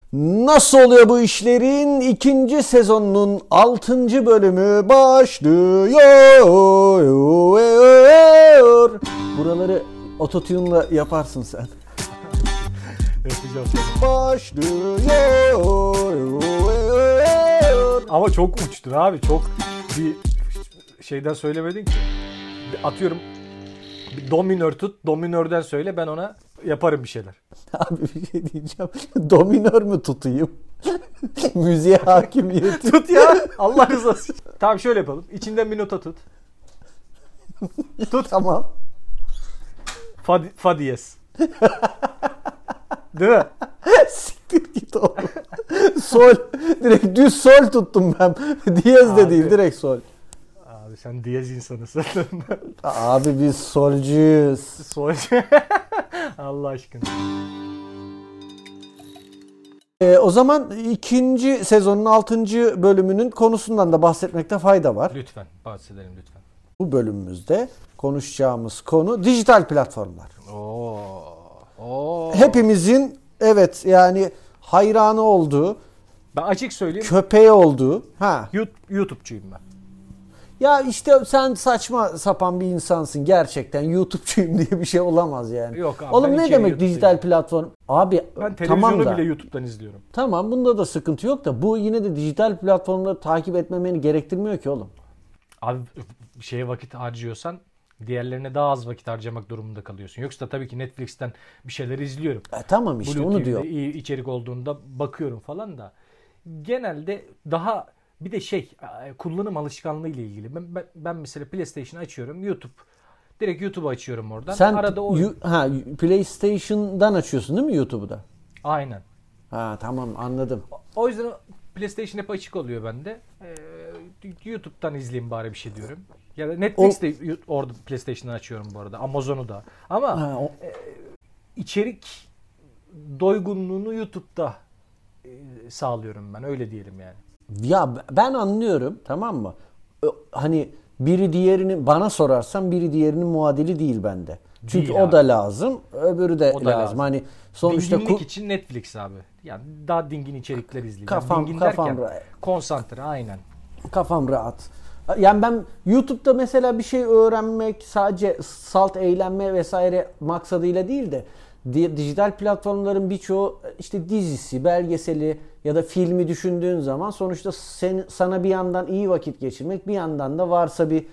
Nasıl oluyor bu işlerin? 2. sezonunun 6. bölümü başlıyor. Buraları ototune'la yaparsın sen. Yapacağım. Başlıyor. Ama çok uçtun abi. Çok bir şeyden söylemedin ki. Atıyorum bir dominör tut. Dominörden söyle, ben ona yaparım bir şeyler. Abi bir şey diyeceğim. Dominör mü tutayım? Müziğe hakimiyeti. Tut ya. Allah rızası için. Tamam, şöyle yapalım. İçinden bir nota tut. Tut. Tamam. Fa diyez. Değil mi? Siktir git oğlum. Sol. Direkt düz sol tuttum ben. Diyez de değil, direkt sol. Abi sen diyez insanısın. Abi biz solcuyuz. Sol. Allah aşkına. O zaman 2. sezonun 6. bölümünün konusundan da bahsetmekte fayda var. Lütfen bahsedelim lütfen. Bu bölümümüzde konuşacağımız konu dijital platformlar. Hepimizin evet yani hayranı olduğu, Ben açık söyleyeyim. köpeği olduğu. YouTube'cuyum ben. Ya işte sen saçma sapan bir insansın gerçekten. YouTube'cuyum diye bir şey olamaz yani. Yok abi, oğlum ben ne demek YouTube'dayım. dijital platform? Abi Ben televizyonu tamam da. bile YouTube'dan izliyorum. Tamam, bunda da sıkıntı yok da bu yine de dijital platformları takip etmemeni gerektirmiyor ki oğlum. Abi şeye vakit harcıyorsan diğerlerine daha az vakit harcamak durumunda kalıyorsun. Yoksa tabii ki Netflix'ten bir şeyler izliyorum. Tamam işte Blue onu TV'de diyor. iyi içerik olduğunda bakıyorum falan da. Genelde daha bir de kullanım alışkanlığı ile ilgili. Ben mesela PlayStation açıyorum, YouTube. Direkt YouTube'u açıyorum oradan. Sen arada PlayStation'dan açıyorsun değil mi YouTube'u da? Aynen. Ha tamam, anladım. O yüzden PlayStation hep açık oluyor bende. YouTube'dan izleyeyim bari bir şey diyorum. Ya da Netflix'te orada PlayStation'dan açıyorum bu arada. Amazon'u da. Ama içerik doygunluğunu YouTube'da sağlıyorum ben. Öyle diyelim yani. Ya ben anlıyorum, tamam mı? Hani biri diğerini, bana sorarsan biri diğerinin muadili değil bende. Çünkü Değil o abi. da lazım, öbürü de O da lazım. lazım. Hani sonuçta Dinginlik için Netflix abi. Yani daha dingin içerikler izleyeceğim. Kafam derken rahat. konsantre, aynen. Kafam rahat. Yani ben YouTube'da mesela bir şey öğrenmek, sadece salt eğlenme vesaire maksadıyla değil de dijital platformların birçoğu işte dizisi, belgeseli ya da filmi düşündüğün zaman sonuçta sana bir yandan iyi vakit geçirmek, bir yandan da varsa bir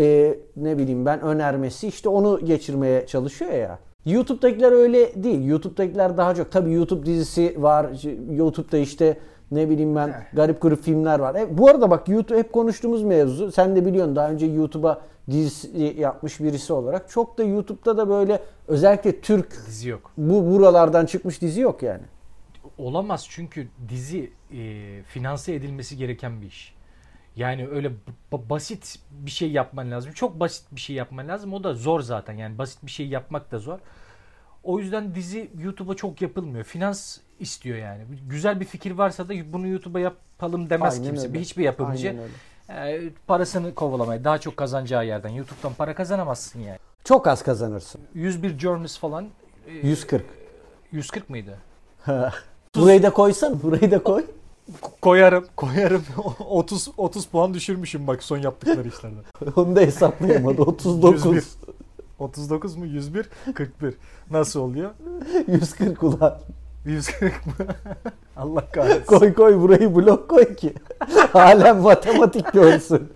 ne bileyim ben önermesi, işte onu geçirmeye çalışıyor ya. YouTube'dakiler öyle değil. YouTube'dakiler daha çok, tabii YouTube dizisi var. YouTube'da işte ne bileyim ben garip grup filmler var. Bu arada bak, YouTube hep konuştuğumuz mevzu. Sen de biliyorsun, daha önce YouTube'a dizisi yapmış birisi olarak. Çok da YouTube'da da böyle özellikle Türk Dizi yok. buralardan çıkmış dizi yok yani. Olamaz, çünkü dizi finanse edilmesi gereken bir iş. Yani öyle basit bir şey yapman lazım. Çok basit bir şey yapman lazım. O da zor zaten. Yani basit bir şey yapmak da zor. O yüzden dizi YouTube'a çok yapılmıyor. Finans istiyor yani. Güzel bir fikir varsa da bunu YouTube'a yapalım demez Aynen kimse. öyle. Hiçbir yapımcı parasını kovalamaya, daha çok kazanacağı yerden. YouTube'dan para kazanamazsın yani. Çok az kazanırsın. 101 Journeys falan. 140. 140 mıydı? Burayı da koysan, burayı da koy. Koyarım. 30 puan düşürmüşüm bak son yaptıkları işlerden. Onu da hesaplayamadı. 39. 101. 39 mu? 101, 41. Nasıl oluyor? 140 ulan. 140 mı? Allah kahretsin. Koy burayı blok koy ki. Halen matematik görsün.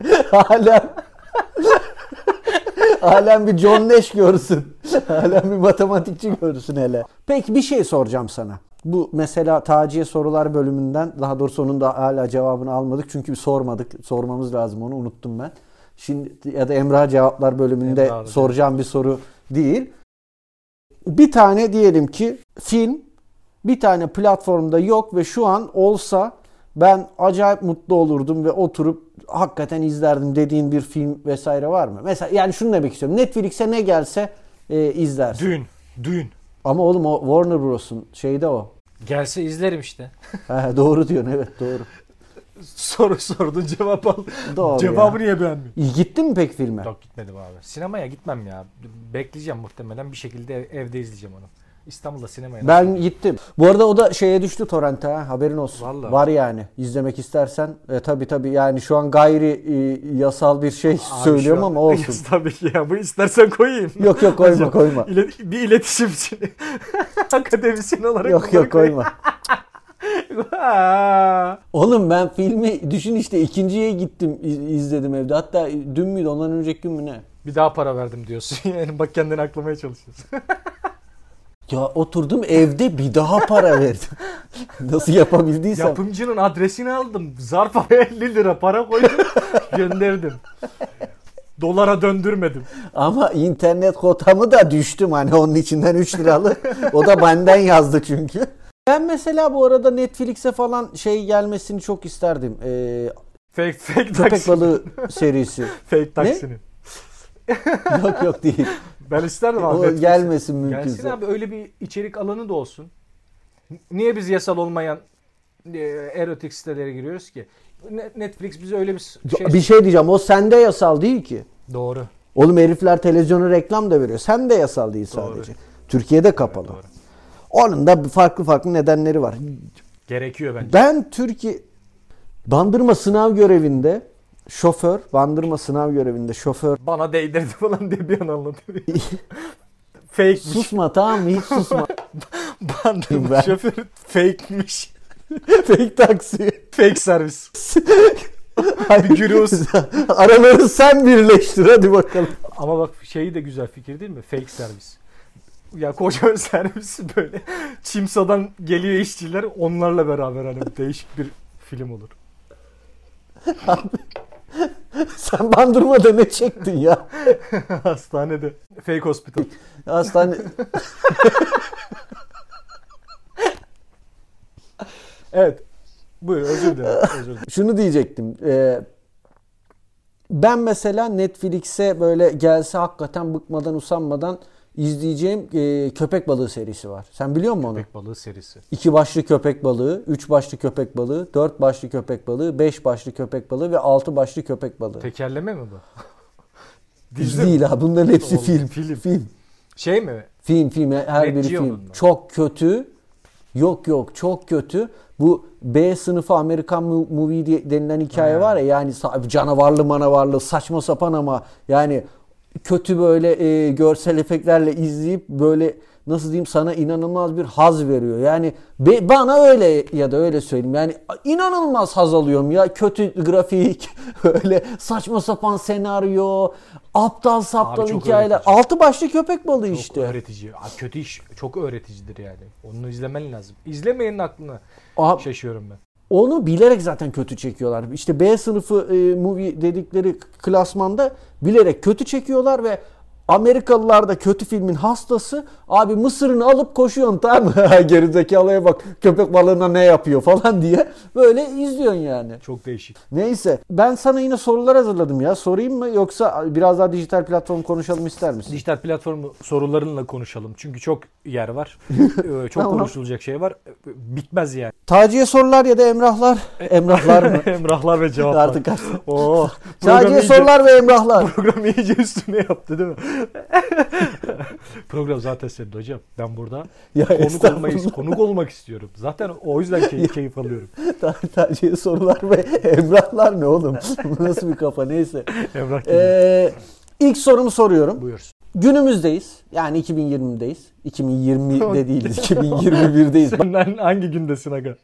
Halen bir John Nash görsün. Halen bir matematikçi görsün hele. Peki bir şey soracağım sana. Bu mesela Taci'ye sorular bölümünden, daha doğrusu onun da hala cevabını almadık. Çünkü sormadık. Sormamız lazım, onu unuttum ben. Şimdi ya da Emrah cevaplar bölümünde soracağım bir soru değil. Bir tane diyelim ki film bir tane platformda yok ve şu an olsa ben acayip mutlu olurdum ve oturup hakikaten izlerdim dediğin bir film vesaire var mı? Mesela yani şunu demek istiyorum. Netflix'e ne gelse izlersin. Düğün. Ama oğlum o Warner Bros'un şeyde o. Gelse izlerim işte. Doğru diyorsun, evet doğru. Soru sordun, cevap al. Doğru. Cevabı niye beğenmiyorsun? Gittin mi peki filme? Yok, gitmedim abi. Sinemaya gitmem ya. Bekleyeceğim muhtemelen, bir şekilde evde izleyeceğim onu. İstanbul'da sinemaya. Ben gittim. Bu arada o da şeye düştü torrente ha, haberin olsun. Vallahi. Var yani. İzlemek istersen. Tabii yani şu an gayri yasal bir şey söylüyorum ama olsun. Tabii ki ya. Bu istersen koyayım. Yok koyma. Bir iletişimci. Akademisyen olarak. Yok koyma. Oğlum ben filmi düşün işte ikinciye gittim izledim evde. Hatta dün müydü ondan önceki gün mü ne? Bir daha para verdim diyorsun. Yani bak kendini aklamaya çalışıyorsun. Ya oturdum evde bir daha para verdim. Nasıl yapabildiysem. Yapımcının adresini aldım. Zarfa 50 lira para koydum. Gönderdim. Dolara döndürmedim. Ama internet kotamı da düştüm hani onun içinden 3 liralık. O da benden yazdı çünkü. Ben mesela bu arada Netflix'e falan şey gelmesini çok isterdim. Fake Köpek taksi. balığı serisi. Fake taksinin. Yok değil. Ben isterdim abi. O gelmesin mümkünse. Gelsin abi, öyle bir içerik alanı da olsun. Niye biz yasal olmayan erotik sitelere giriyoruz ki? Netflix bize öyle Bir şey diyeceğim, o sende yasal değil ki. Doğru. Oğlum herifler televizyona reklam da veriyor. Sende yasal değil sadece. Doğru. Türkiye'de kapalı. Doğru. Onun da farklı nedenleri var. Gerekiyor bence. Ben Bandırma sınav görevinde şoför. Bana değdirdi falan diye bir an anlatıyor. Fake'miş. Susma tamam mı? Hiç susma. Bandırma şoför fake'miş. Fake taksi. Fake servis. Bir gürüz. Araları sen birleştir hadi bakalım. Ama bak şeyi de güzel fikir değil mi? Fake servis. Ya koca servis böyle Çimsa'dan geliyor işçiler, onlarla beraber hani değişik bir film olur. Abi, sen Bandırma'da ne çektin ya? Hastanede. Fake hospital. Hastane. Evet. Buyur, özür dilerim. Şunu diyecektim. Ben mesela Netflix'e böyle gelse hakikaten bıkmadan usanmadan izleyeceğim köpek balığı serisi var. Sen biliyor musun onu? Köpek balığı serisi. 2 başlı köpek balığı, 3 başlı köpek balığı, 4 başlı köpek balığı, 5 başlı köpek balığı ve 6 başlı köpek balığı. Tekerleme mi bu? Dizi değil ha. Bunların hepsi Oğlum, film. Şey mi? Film. Her biri film. Çok kötü. Yok çok kötü. Bu B sınıfı Amerikan movie denilen hikaye var ya, yani canavarlı saçma sapan ama yani kötü böyle görsel efektlerle izleyip böyle nasıl diyeyim sana inanılmaz bir haz veriyor. Yani bana öyle ya da öyle söyleyeyim. Yani inanılmaz haz alıyorum ya. Kötü grafik, öyle saçma sapan senaryo, aptal saptal hikayeler. Öğretici. 6 başlı köpek balığı çok işte. Öğretici. Kötü iş çok öğreticidir yani. Onu izlemen lazım. İzlemeyenin aklına şaşıyorum ben. Onu bilerek zaten kötü çekiyorlar. İşte B sınıfı movie dedikleri klasmanda bilerek kötü çekiyorlar ve Amerikalılar da kötü filmin hastası. Abi mısırını alıp koşuyorsun tamam mı? Gerizekalıya bak köpek balığına ne yapıyor falan diye. Böyle izliyorsun yani. Çok değişik. Neyse ben sana yine sorular hazırladım ya. Sorayım mı yoksa biraz daha dijital platform konuşalım ister misin? Dijital platformu sorularınla konuşalım. Çünkü çok yer var. Çok Tamam. konuşulacak şey var. Bitmez yani. Taciye sorular ya da emrahlar. Emrahlar mı? Emrahlar ve cevaplar. Artık. Oh, Taciye sorular ve emrahlar. Program iyice üstüne yaptı değil mi? Program zaten senin hocam. Ben burada konuk olmak istiyorum. Zaten o yüzden keyif alıyorum. Taciye sorular ve emrahlar ne oğlum? Bu nasıl bir kafa neyse. Emrah İlk sorumu soruyorum. Buyursun. Günümüzdeyiz. Yani 2020'deyiz. 2020'de değiliz. 2021'deyiz. Sen hangi gündesin aga?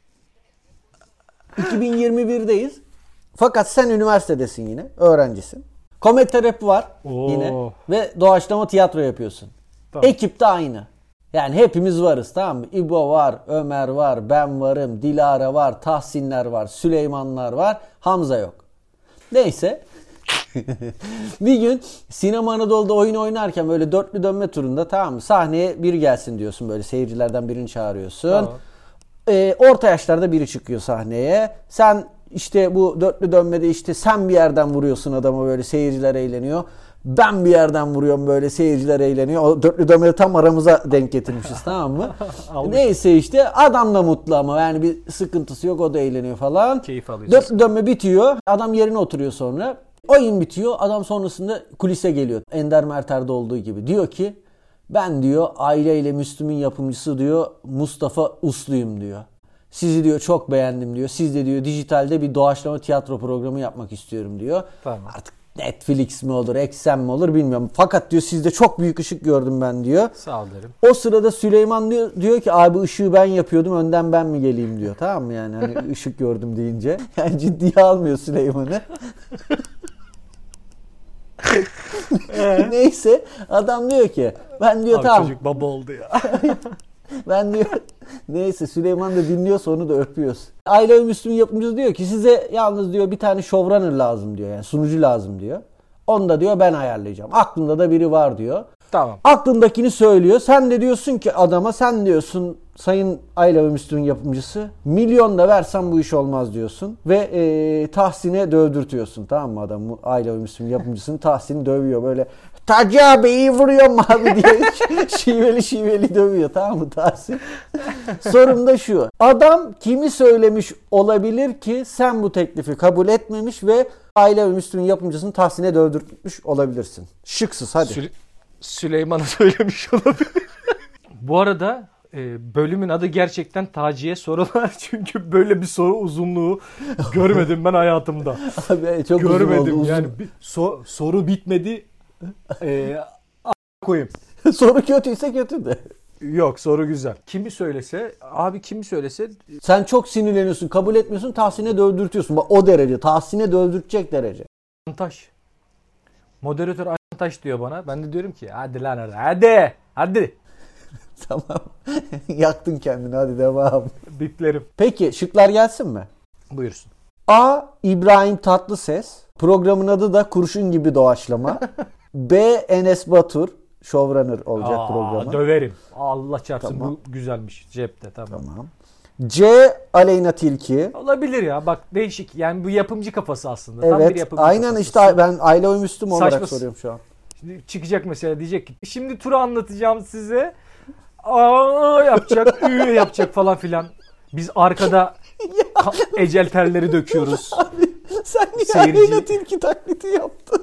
2021'deyiz. Fakat sen üniversitedesin yine. Öğrencisin. Komedi terapi var yine. Ve doğaçlama tiyatro yapıyorsun. Tamam. Ekip de aynı. Yani hepimiz varız tamam mı? İbo var, Ömer var, ben varım, Dilara var, Tahsinler var, Süleymanlar var, Hamza yok. Neyse. Bir gün Sinema Anadolu'da oyun oynarken böyle dörtlü dönme turunda tamam mı? Sahneye biri gelsin diyorsun, böyle seyircilerden birini çağırıyorsun. Tamam. Orta yaşlarda biri çıkıyor sahneye. Sen işte bu dörtlü dönmede işte sen bir yerden vuruyorsun adama, böyle seyirciler eğleniyor. Ben bir yerden vuruyorum, böyle seyirciler eğleniyor. O dörtlü dönmede tam aramıza denk getirmişiz tamam mı? Neyse işte adam da mutlu ama yani bir sıkıntısı yok, o da eğleniyor falan. Keyif alıyorsun. Dörtlü dönme bitiyor. Adam yerine oturuyor sonra. Oyun bitiyor. Adam sonrasında kulise geliyor. Ender Merter'de olduğu gibi. Diyor ki Ben diyor Aile ile Müslüm'ün yapımcısı diyor Mustafa Uslu'yum diyor. Sizi diyor çok beğendim diyor. Siz de diyor dijitalde bir doğaçlama tiyatro programı yapmak istiyorum diyor. Tamam. Artık Netflix mi olur, Eksen mi olur bilmiyorum. Fakat diyor sizde çok büyük ışık gördüm ben diyor. Sağ ol derim. O sırada Süleyman diyor ki abi ışığı ben yapıyordum önden ben mi geleyim diyor. Tamam mı yani hani ışık gördüm deyince. Yani ciddiye almıyor Süleyman'ı. Neyse adam diyor ki ben diyor Abi tamam. çocuk baba oldu ya. Ben diyor neyse Süleyman da dinliyorsa onu da öpüyoruz. Aile ve Müslüm yapımcısı diyor ki size yalnız diyor bir tane showrunner lazım diyor. Yani sunucu lazım diyor. Onu da diyor ben ayarlayacağım. Aklımda da biri var diyor. Tamam. Aklındakini söylüyor. Sen de diyorsun ki adama sen diyorsun sayın Aile ve Müslüm'ün yapımcısı milyon da versen bu iş olmaz diyorsun. Ve Tahsin'e dövdürtüyorsun tamam mı adam Aile ve Müslüm'ün yapımcısını Tahsin'i dövüyor böyle. Taci abi iyi vuruyorum abi diye şiveli dövüyor tamam mı Tahsin? Sorum da şu. Adam kimi söylemiş olabilir ki sen bu teklifi kabul etmemiş ve Aile ve Müslüm'ün yapımcısını Tahsin'e dövdürtmüş olabilirsin. Şıksız hadi. Süleyman'a söylemiş olabilir. Bu arada bölümün adı gerçekten Taci'ye sorular. Çünkü böyle bir soru uzunluğu görmedim ben hayatımda. Abi çok görmedim uzun oldu, yani soru bitmedi. Koyayım. Soru kötüyse kötü de. Yok soru güzel. Kimi söylese Sen çok sinirleniyorsun, kabul etmiyorsun, Tahsin'e dövdürtüyorsun. Bak o derece, Tahsin'e dövdürtecek derece. Taş. Moderatör Taş diyor bana. Ben de diyorum ki hadi lan hadi. Tamam. Yaktın kendini hadi devam. Biplerim. Peki şıklar gelsin mi? Buyursun. A. İbrahim Tatlıses. Programın adı da Kurşun Gibi Doğaçlama. B. Enes Batur. Showrunner olacak programa. Döverim. Allah çarpsın Tamam. bu güzelmiş. Cepte tamam. C. Aleyna Tilki. Olabilir ya bak değişik. Yani bu yapımcı kafası aslında. Evet. Tam bir yapımcı Aynen kafası. işte ben Aile ve Müslüm olarak Saçma. soruyorum şu an. Şimdi çıkacak mesela diyecek ki şimdi turu anlatacağım size. Yapacak, yapacak falan filan. Biz arkada ecel terleri döküyoruz. Abi sen niye Seyirci- Aleyna Tilki taklidi yaptın?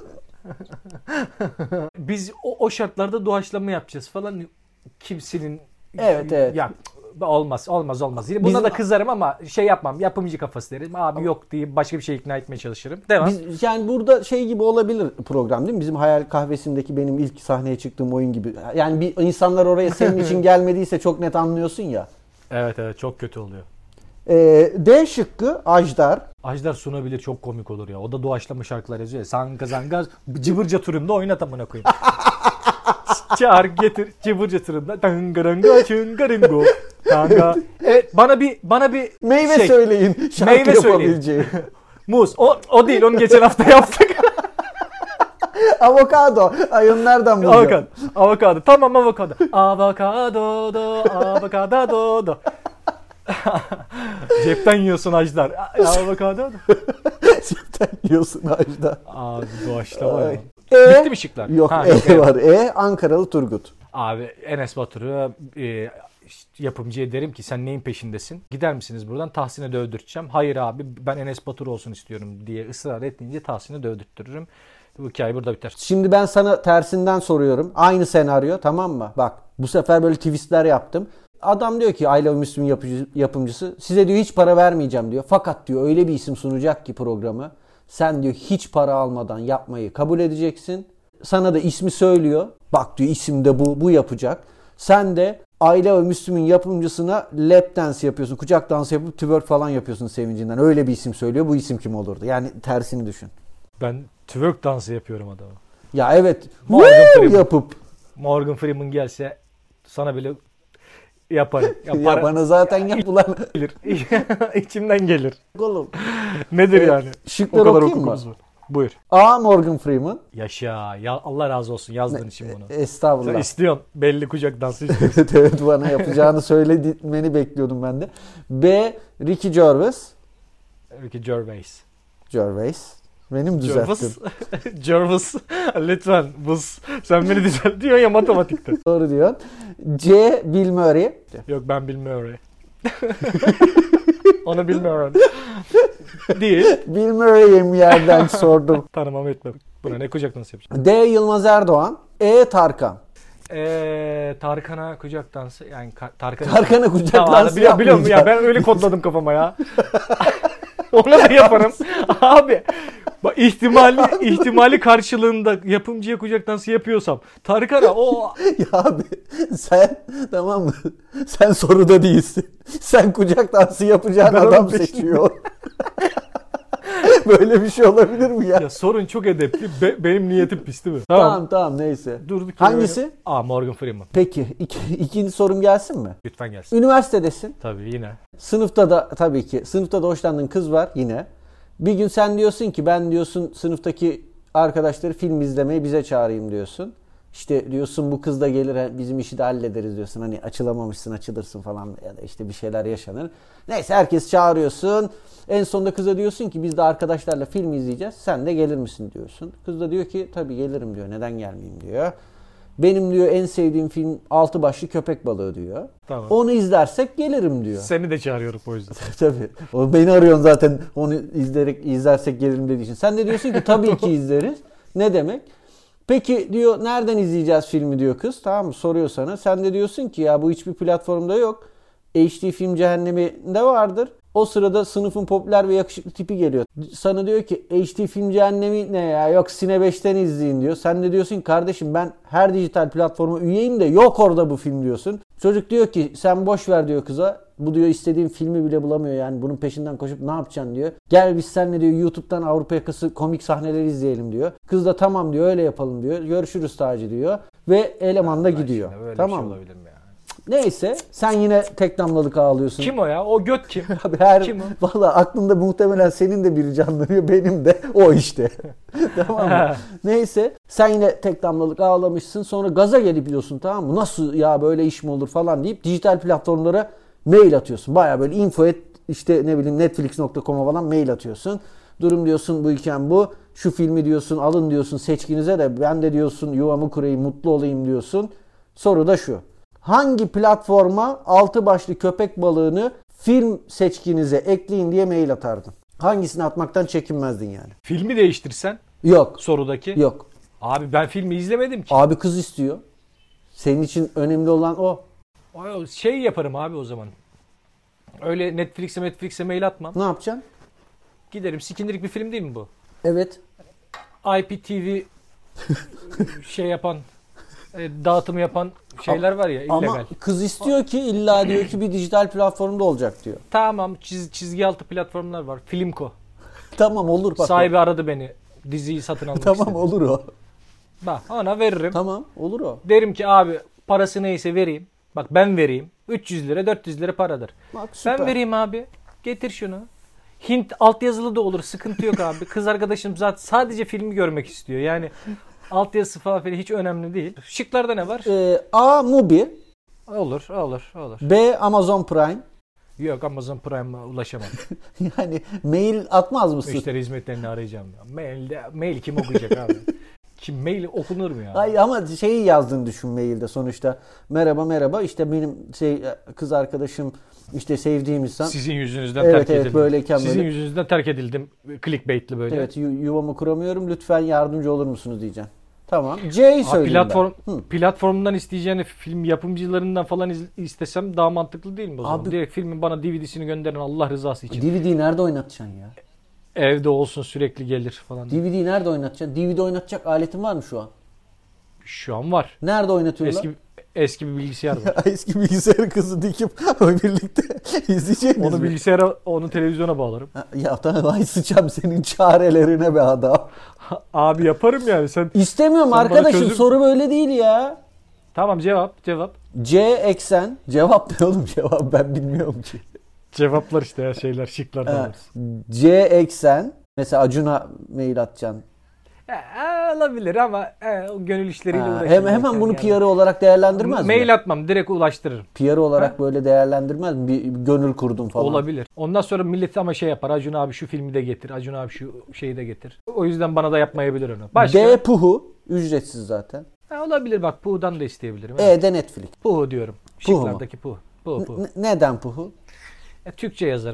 Biz o şartlarda doğaçlama yapacağız falan. Kimsenin Evet. Ya olmaz. Yine Bizim- buna da kızarım ama şey yapmam. Yapımcı kafası derim. Abi yok diye başka bir şey ikna etmeye çalışırım. Devam. Yani burada şey gibi olabilir program değil mi? Bizim Hayal Kahvesi'ndeki benim ilk sahneye çıktığım oyun gibi. Yani bir insanlar oraya senin için gelmediyse çok net anlıyorsun ya. Evet çok kötü oluyor. D şıkkı Ajdar. Ajdar sunabilir çok komik olur ya. O da doğaçlama şarkılar yazıyor ya. Sanga cıvırca turunda oynat amına koyayım. Çağır getir cıvırca turunda. Dangaranga çıngarıngo. Tanga. Bana bir Meyve şey. söyleyin. Şarkı Meyve söyleyin. yapabileceği. Muz. O değil. Onu geçen hafta yaptık. Avokado. Ay onu nereden bulacaksın? Avokado. Tamam avokado. Avokado. Cepten yiyorsun Ajdar. Avokado. Cidden yiyorsun Ajdar. Abi doğaçlama ya. E? Bitti mi şıklar? Yok Yok. E var. Ankaralı Turgut. Abi Enes Batur'u yapımcıya derim ki sen neyin peşindesin? Gider misiniz buradan? Tahsin'e dövdürteceğim. Hayır abi ben Enes Batur olsun istiyorum diye ısrar ettiğince Tahsin'e dövdürtürürüm. Bu hikaye burada biter. Şimdi ben sana tersinden soruyorum. Aynı senaryo tamam mı? Bak bu sefer böyle twistler yaptım. Adam diyor ki Aile ve Müslüm yapımcısı size diyor hiç para vermeyeceğim diyor. Fakat diyor öyle bir isim sunacak ki programı. Sen diyor hiç para almadan yapmayı kabul edeceksin. Sana da ismi söylüyor. Bak diyor isim de bu yapacak. Sen de Aile ve Müslüm'ün yapımcısına lap dance yapıyorsun. Kucak dansı yapıp twerk falan yapıyorsun sevincinden. Öyle bir isim söylüyor. Bu isim kim olurdu? Yani tersini düşün. Ben twerk dansı yapıyorum adama. Ya evet. Morgan Freeman. Yapıp. Morgan Freeman gelse sana bile yaparım. Ya bana zaten yapılan. gelir. İçimden gelir. Oğlum. Nedir yani? Şıkları O kadar okuyayım mı? hukukumuz var. Buyur. A. Morgan Freeman. Yaşa. Ya Allah razı olsun yazdığın için bunu. Sen Estağfurullah. istiyorsun. Belli kucak dansı istiyorsun. Evet bana yapacağını söylemeni bekliyordum ben de. B. Ricky Gervais. Ricky Gervais. Gervais. Benim düzelttim. Gervais. Lütfen buz. Sen beni düzeltiyorsun ya matematikte. Doğru diyorsun. C. Bill Murray. Yok ben bilmiyorum. Onu bilmiyorum. Değil. Bill Murray'im yerden sordum. Tanımam etmem. Buna ne kucak nasıl yapacağım? D. Yılmaz Erdoğan. E. Tarkan. Tarkan'a kucak dansı. Yani Tarkan'a kucak tamam, dansı biliyorum ya, ben öyle kodladım kafama ya. Onu da yaparım. Abi bak, ihtimali karşılığında yapımcıya kucak dansı yapıyorsam Tarkan'a o Ya abi sen tamam mı? Sen soruda değilsin. Sen kucak dansı yapacağın Ben adam onun peşinde. seçiyor. Böyle bir şey olabilir mi ya? ya sorun çok edepli. Benim niyetim pis değil mi? Tamam neyse. Durduk yere Hangisi? böyle- Morgan Freeman. Peki ikinci sorum gelsin mi? Lütfen gelsin. Üniversitedesin. Tabii yine. Sınıfta da tabii ki sınıfta da hoşlandığın kız var yine. Bir gün sen diyorsun ki ben diyorsun sınıftaki arkadaşları film izlemeye bize çağırayım diyorsun. İşte diyorsun bu kız da gelir bizim işi de hallederiz diyorsun. Hani açılamamışsın açılırsın falan ya da işte bir şeyler yaşanır. Neyse herkes çağırıyorsun. En sonunda kıza diyorsun ki biz de arkadaşlarla film izleyeceğiz. Sen de gelir misin diyorsun. Kız da diyor ki tabii gelirim diyor. Neden gelmeyeyim diyor. Benim diyor en sevdiğim film Altı Başlı Köpek Balığı diyor. Tamam. Onu izlersek gelirim diyor. Seni de çağırıyorum o yüzden. Tabii. O beni arıyorsun zaten onu izlersek gelirim dediği için. Sen de diyorsun ki tabii ki izleriz. Ne demek? Peki diyor nereden izleyeceğiz filmi diyor kız. Tamam mı? Soruyor sana. Sen de diyorsun ki ya bu hiçbir platformda yok. HD Film Cehennemi'nde vardır. O sırada sınıfın popüler ve yakışıklı tipi geliyor. Sana diyor ki HD Film Cehennemi ne ya? Yok Sine 5'ten izleyin diyor. Sen de diyorsun ki kardeşim ben her dijital platforma üyeyim de yok orada bu film diyorsun. Çocuk diyor ki sen boş ver diyor kıza. Bu diyor istediğin filmi bile bulamıyor yani bunun peşinden koşup ne yapacaksın diyor. Gel biz seninle diyor YouTube'dan Avrupa Yakası komik sahneleri izleyelim diyor. Kız da tamam diyor öyle yapalım diyor. Görüşürüz Taci diyor. Ve eleman da gidiyor. Tamam mı? Neyse sen yine tek damlalık ağlıyorsun. Kim o ya? O göt kim? Abi Kim o? Valla aklımda muhtemelen senin de biri canlanıyor. Benim de o işte. Tamam mı? Neyse sen yine tek damlalık ağlamışsın. Sonra gaza gelip diyorsun tamam mı? Nasıl ya böyle iş mi olur falan deyip dijital platformlara mail atıyorsun. Baya böyle info işte ne bileyim netflix.com'a falan mail atıyorsun. Durum diyorsun bu iken bu. Şu filmi diyorsun alın diyorsun seçkinize de ben de diyorsun yuvamı kurayım mutlu olayım diyorsun. Soru da şu. Hangi platforma Altı Başlı Köpek Balığını film seçkinize ekleyin diye mail atardın? Hangisini atmaktan çekinmezdin yani? Filmi değiştirsen Yok. sorudaki. Yok. Abi ben filmi izlemedim ki. Abi kız istiyor. Senin için önemli olan o. Şey yaparım abi o zaman. Öyle Netflix'e mail atmam. Ne yapacaksın? Giderim. Sikindirik bir film değil mi bu? Evet. IPTV şey yapan dağıtımı yapan şeyler var ya illegal. Ama kız istiyor ki illa diyor ki bir dijital platformda olacak diyor. Tamam çizgi altı platformlar var. Filmco. Tamam olur bak. Sahibi aradı beni. Diziyi satın almak Tamam istedi. olur o. Bak ona veririm. Tamam olur o. Derim ki abi parası neyse vereyim. Bak ben vereyim. 300 lira 400 lira paradır. Bak süper. Ben vereyim abi. Getir şunu. Hint altyazılı da olur. Sıkıntı yok abi. Kız arkadaşım zaten sadece filmi görmek istiyor. Yani altyazısı falan hiç önemli değil. Şıklarda ne var? A. Mubi. Olur. B. Amazon Prime. Yok Amazon Prime'a ulaşamam. Yani mail atmaz mısın? Müşteri hizmetlerini arayacağım. Mail kim okuyacak abi? Kim mail okunur mu ya? Hayır ama şeyi yazdığını düşün mailde sonuçta. Merhaba işte benim kız arkadaşım işte sevdiğim insan. Sizin yüzünüzden Evet, terk evet, edildim. böyleyken Sizin böyle. yüzünüzden terk edildim. Clickbait'li böyle. Evet yuvamı kuramıyorum lütfen yardımcı olur musunuz diyeceğim. Tamam. C'yi söyleyeyim Platformdan isteyeceğini film yapımcılarından falan istesem daha mantıklı değil mi o zaman? Abi, direkt filmin bana DVD'sini gönderin Allah rızası için. DVD'yi nerede oynatacaksın ya? Evde olsun sürekli gelir falan. DVD'yi nerede oynatacaksın? DVD oynatacak aletin var mı şu an? Şu an var. Nerede oynatıyorlar? Eski bir bilgisayar var. Eski bilgisayarı kızı dikip birlikte izleyeceğiniz Onu mi? bilgisayara, onu televizyona bağlarım. Ya tamam ay sıçam senin çarelerine be adam. Abi yaparım yani sen. İstemiyorum sen arkadaşım soru böyle değil ya. Tamam cevap. C eksen. Cevap ne oğlum cevap ben bilmiyorum ki. Cevaplar işte ya şeyler şıklardan. C eksen. Mesela Acun'a mail atacaksın. Olabilir ama o gönül işleriyle uğraşıyorum. Hemen bunu PR olarak değerlendirmez mi? Mail atmam direkt ulaştırırım. PR olarak böyle değerlendirmez mi? Bir gönül kurdum falan. Olabilir. Ondan sonra millet ama şey yapar. Acun abi şu filmi de getir. Acun abi şu şeyi de getir. O yüzden bana da yapmayabilir onu. Başka? D Puhu. Ücretsiz zaten. Olabilir bak Puhu'dan da isteyebilirim. E'de Netflix. Puhu diyorum. Şıklardaki Puhu. Puhu. Neden Puhu? Türkçe yazarım.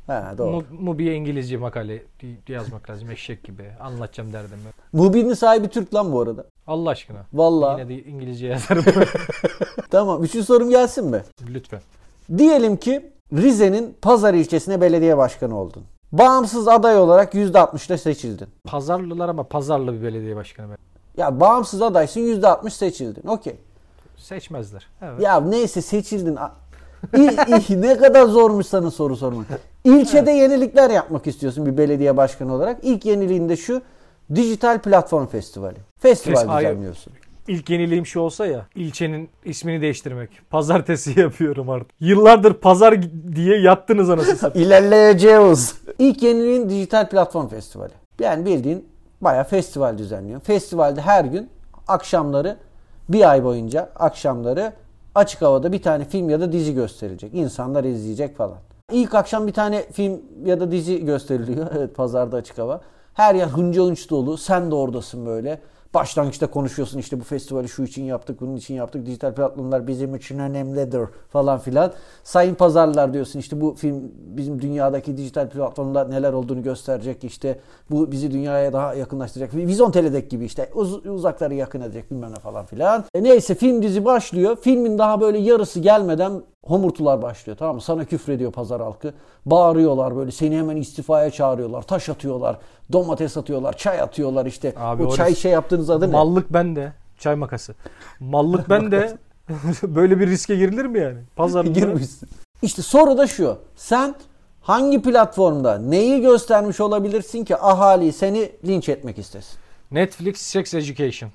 Ha, doğru. Mubi'ye İngilizce makale yazmak lazım eşek gibi. Anlatacağım derdimi. Mubi'nin sahibi Türk lan bu arada. Allah aşkına. Vallahi. Yine de İngilizce yazarım. Tamam. Üçüncü sorum gelsin mi? Lütfen. Diyelim ki Rize'nin Pazar ilçesine belediye başkanı oldun. Bağımsız aday olarak %60'la seçildin. Pazarlılar ama pazarlı bir belediye başkanı. Ya bağımsız adaysın, %60 seçildin. Okey. Seçmezler. Evet. Ya neyse seçildin. Ne kadar zormuş sana soru sormak. İlçede yenilikler yapmak istiyorsun bir belediye başkanı olarak. İlk yeniliğin de şu: Dijital Platform Festivali. Festival düzenliyorsun. İlk yeniliğim şu olsa ya, ilçenin ismini değiştirmek. Pazartesi yapıyorum artık. Yıllardır pazar diye yattınız anasını satayım. İlerleyeceğiz. İlk yeniliğin Dijital Platform Festivali. Yani bildiğin bayağı festival düzenliyor. Festivalde her gün akşamları, bir ay boyunca akşamları açık havada bir tane film ya da dizi gösterilecek. İnsanlar izleyecek falan. İlk akşam bir tane film ya da dizi gösteriliyor. Evet, pazarda açık hava. Her yer hınca hınç dolu. Sen de oradasın böyle. Başlangıçta konuşuyorsun, işte bu festivali şu için yaptık, bunun için yaptık. Dijital platformlar bizim için önemlidir falan filan. Sayın pazarlar diyorsun, işte bu film bizim dünyadaki dijital platformda neler olduğunu gösterecek. İşte bu bizi dünyaya daha yakınlaştıracak. Vizyon Teledek gibi işte uzakları yakın edecek bilmem ne falan filan. Neyse film dizi başlıyor. Filmin daha böyle yarısı gelmeden homurtular başlıyor, tamam mı? Sana küfrediyor pazar halkı. Bağırıyorlar böyle, seni hemen istifaya çağırıyorlar. Taş atıyorlar, domates atıyorlar, çay atıyorlar işte. Abi o çay şey yaptığınız adı ne? Mallık bende. Çay makası. Mallık bende. Böyle bir riske girilir mi yani? Pazarda. Girmişsin. İşte soru da şu: sen hangi platformda neyi göstermiş olabilirsin ki ahali seni linç etmek istesin? Netflix Sex Education.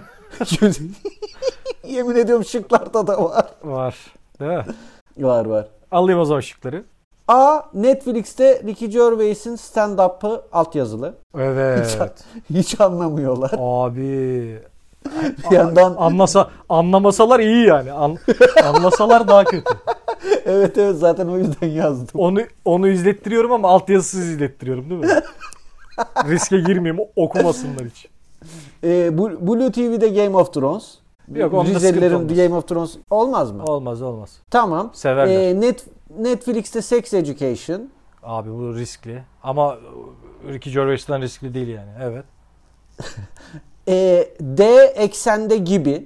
Yemin ediyorum şıklarda da var. Var. Değil mi? Var. Alayım o zaman şıkları. A. Netflix'te Ricky Gervais'in stand-up'ı altyazılı. Evet. Hiç anlamıyorlar. Abi. Bir yandan Anlamasalar iyi yani. Anlasalar daha kötü. Evet zaten o yüzden yazdım. Onu izlettiriyorum ama altyazısız izlettiriyorum değil mi? Riske girmeyeyim, okumasınlar hiç. Blue TV'de Game of Thrones. Yok, onda Rizelilerin Game of Thrones olmaz mı? Olmaz. Tamam. Severler. Netflix'te Sex Education. Abi bu riskli. Ama Ricky Gervais'ten riskli değil yani. Evet. D. Eksende gibi.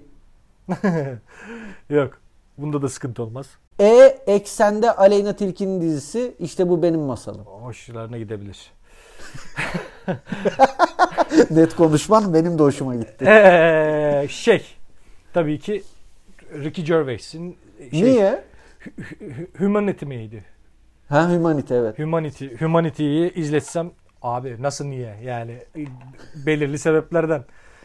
Yok. Bunda da sıkıntı olmaz. E. Eksende Aleyna Tilki'nin dizisi İşte Bu Benim Masalım. Hoşlarına gidebilir. Net konuşman benim de hoşuma gitti. Tabii ki Ricky Gervais'in Niye? Humanity miydi? Humanity, evet. Humanity'yi izletsem abi nasıl niye? Yani belirli sebeplerden.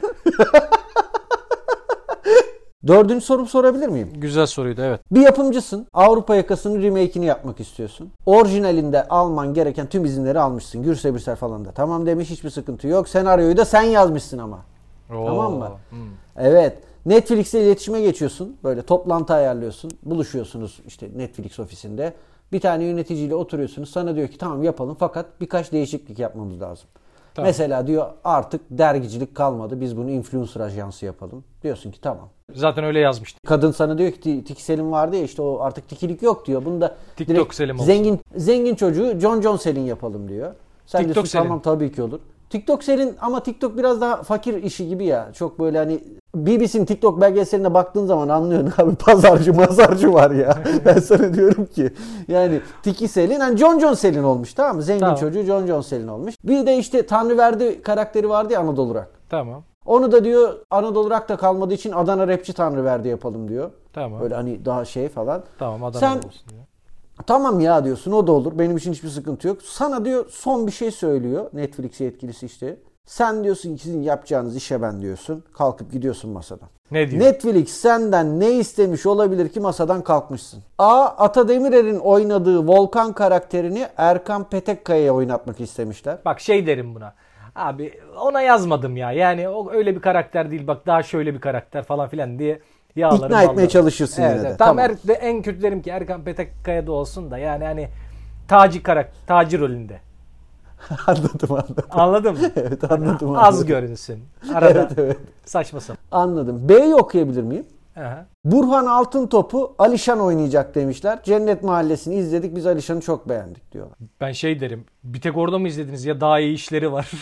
Dördüncü sorumu sorabilir miyim? Güzel soruydu, evet. Bir yapımcısın. Avrupa Yakası'nın remake'ini yapmak istiyorsun. Orijinalinde alman gereken tüm izinleri almışsın. Gürse Birsel falan da tamam demiş, hiçbir sıkıntı yok. Senaryoyu da sen yazmışsın ama. Tamam mı? Evet. Netflix'le iletişime geçiyorsun. Böyle toplantı ayarlıyorsun. Buluşuyorsunuz işte Netflix ofisinde. Bir tane yöneticiyle oturuyorsunuz. Sana diyor ki tamam yapalım fakat birkaç değişiklik yapmamız lazım. Tamam. Mesela diyor artık dergicilik kalmadı. Biz bunu influencer ajansı yapalım. Diyorsun ki tamam. Zaten öyle yazmıştı. Kadın sana diyor ki Tiki Selim vardı ya işte o artık tikilik yok diyor. Bunu da TikTok Selim olsun. Zengin çocuğu John Selin yapalım diyor. Sen TikTok diyorsun Selin. Tamam tabii ki olur. TikTok Selin ama TikTok biraz daha fakir işi gibi ya. Çok böyle hani BBC'nin TikTok belgeseline baktığın zaman anlıyorsun abi, pazarcı var ya. Ben sana diyorum ki yani Tiki Selin hani John Selin olmuş, tamam mı? Zengin çocuğu John Selin olmuş. Bir de işte Tanrıverdi karakteri vardı ya, Anadolu Rock. Tamam. Onu da diyor Anadolu Rock'ta kalmadığı için Adana rapçi Tanrıverdi yapalım diyor. Tamam. Böyle hani daha şey falan. Tamam, Adana Sen, olsun diyor. Tamam ya diyorsun, o da olur. Benim için hiçbir sıkıntı yok. Sana diyor son bir şey söylüyor Netflix yetkilisi işte. Sen diyorsun ki sizin yapacağınız işe ben diyorsun. Kalkıp gidiyorsun masadan. Ne diyor? Netflix senden ne istemiş olabilir ki masadan kalkmışsın? A. Ata Demirer'in oynadığı Volkan karakterini Erkan Petekkaya'ya oynatmak istemişler. Bak şey derim buna. Abi ona yazmadım ya. Yani o öyle bir karakter değil. Bak daha şöyle bir karakter falan filan diye yağlarım. İkna etmeye çalışırsın yine de. Evet. Tamam. En kötü derim ki Erkan Petekkaya'da olsun da yani hani Taci rolünde. Anladım. Anladın mı? Evet anladım. Az görünsün. Arada evet. saçma sapan. Anladım. B'yi okuyabilir miyim? Aha. Burhan Altıntop'u Alişan oynayacak demişler. Cennet Mahallesi'ni izledik. Biz Alişan'ı çok beğendik diyorlar. Ben şey derim. Bir tek orada mı izlediniz ya daha iyi işleri var.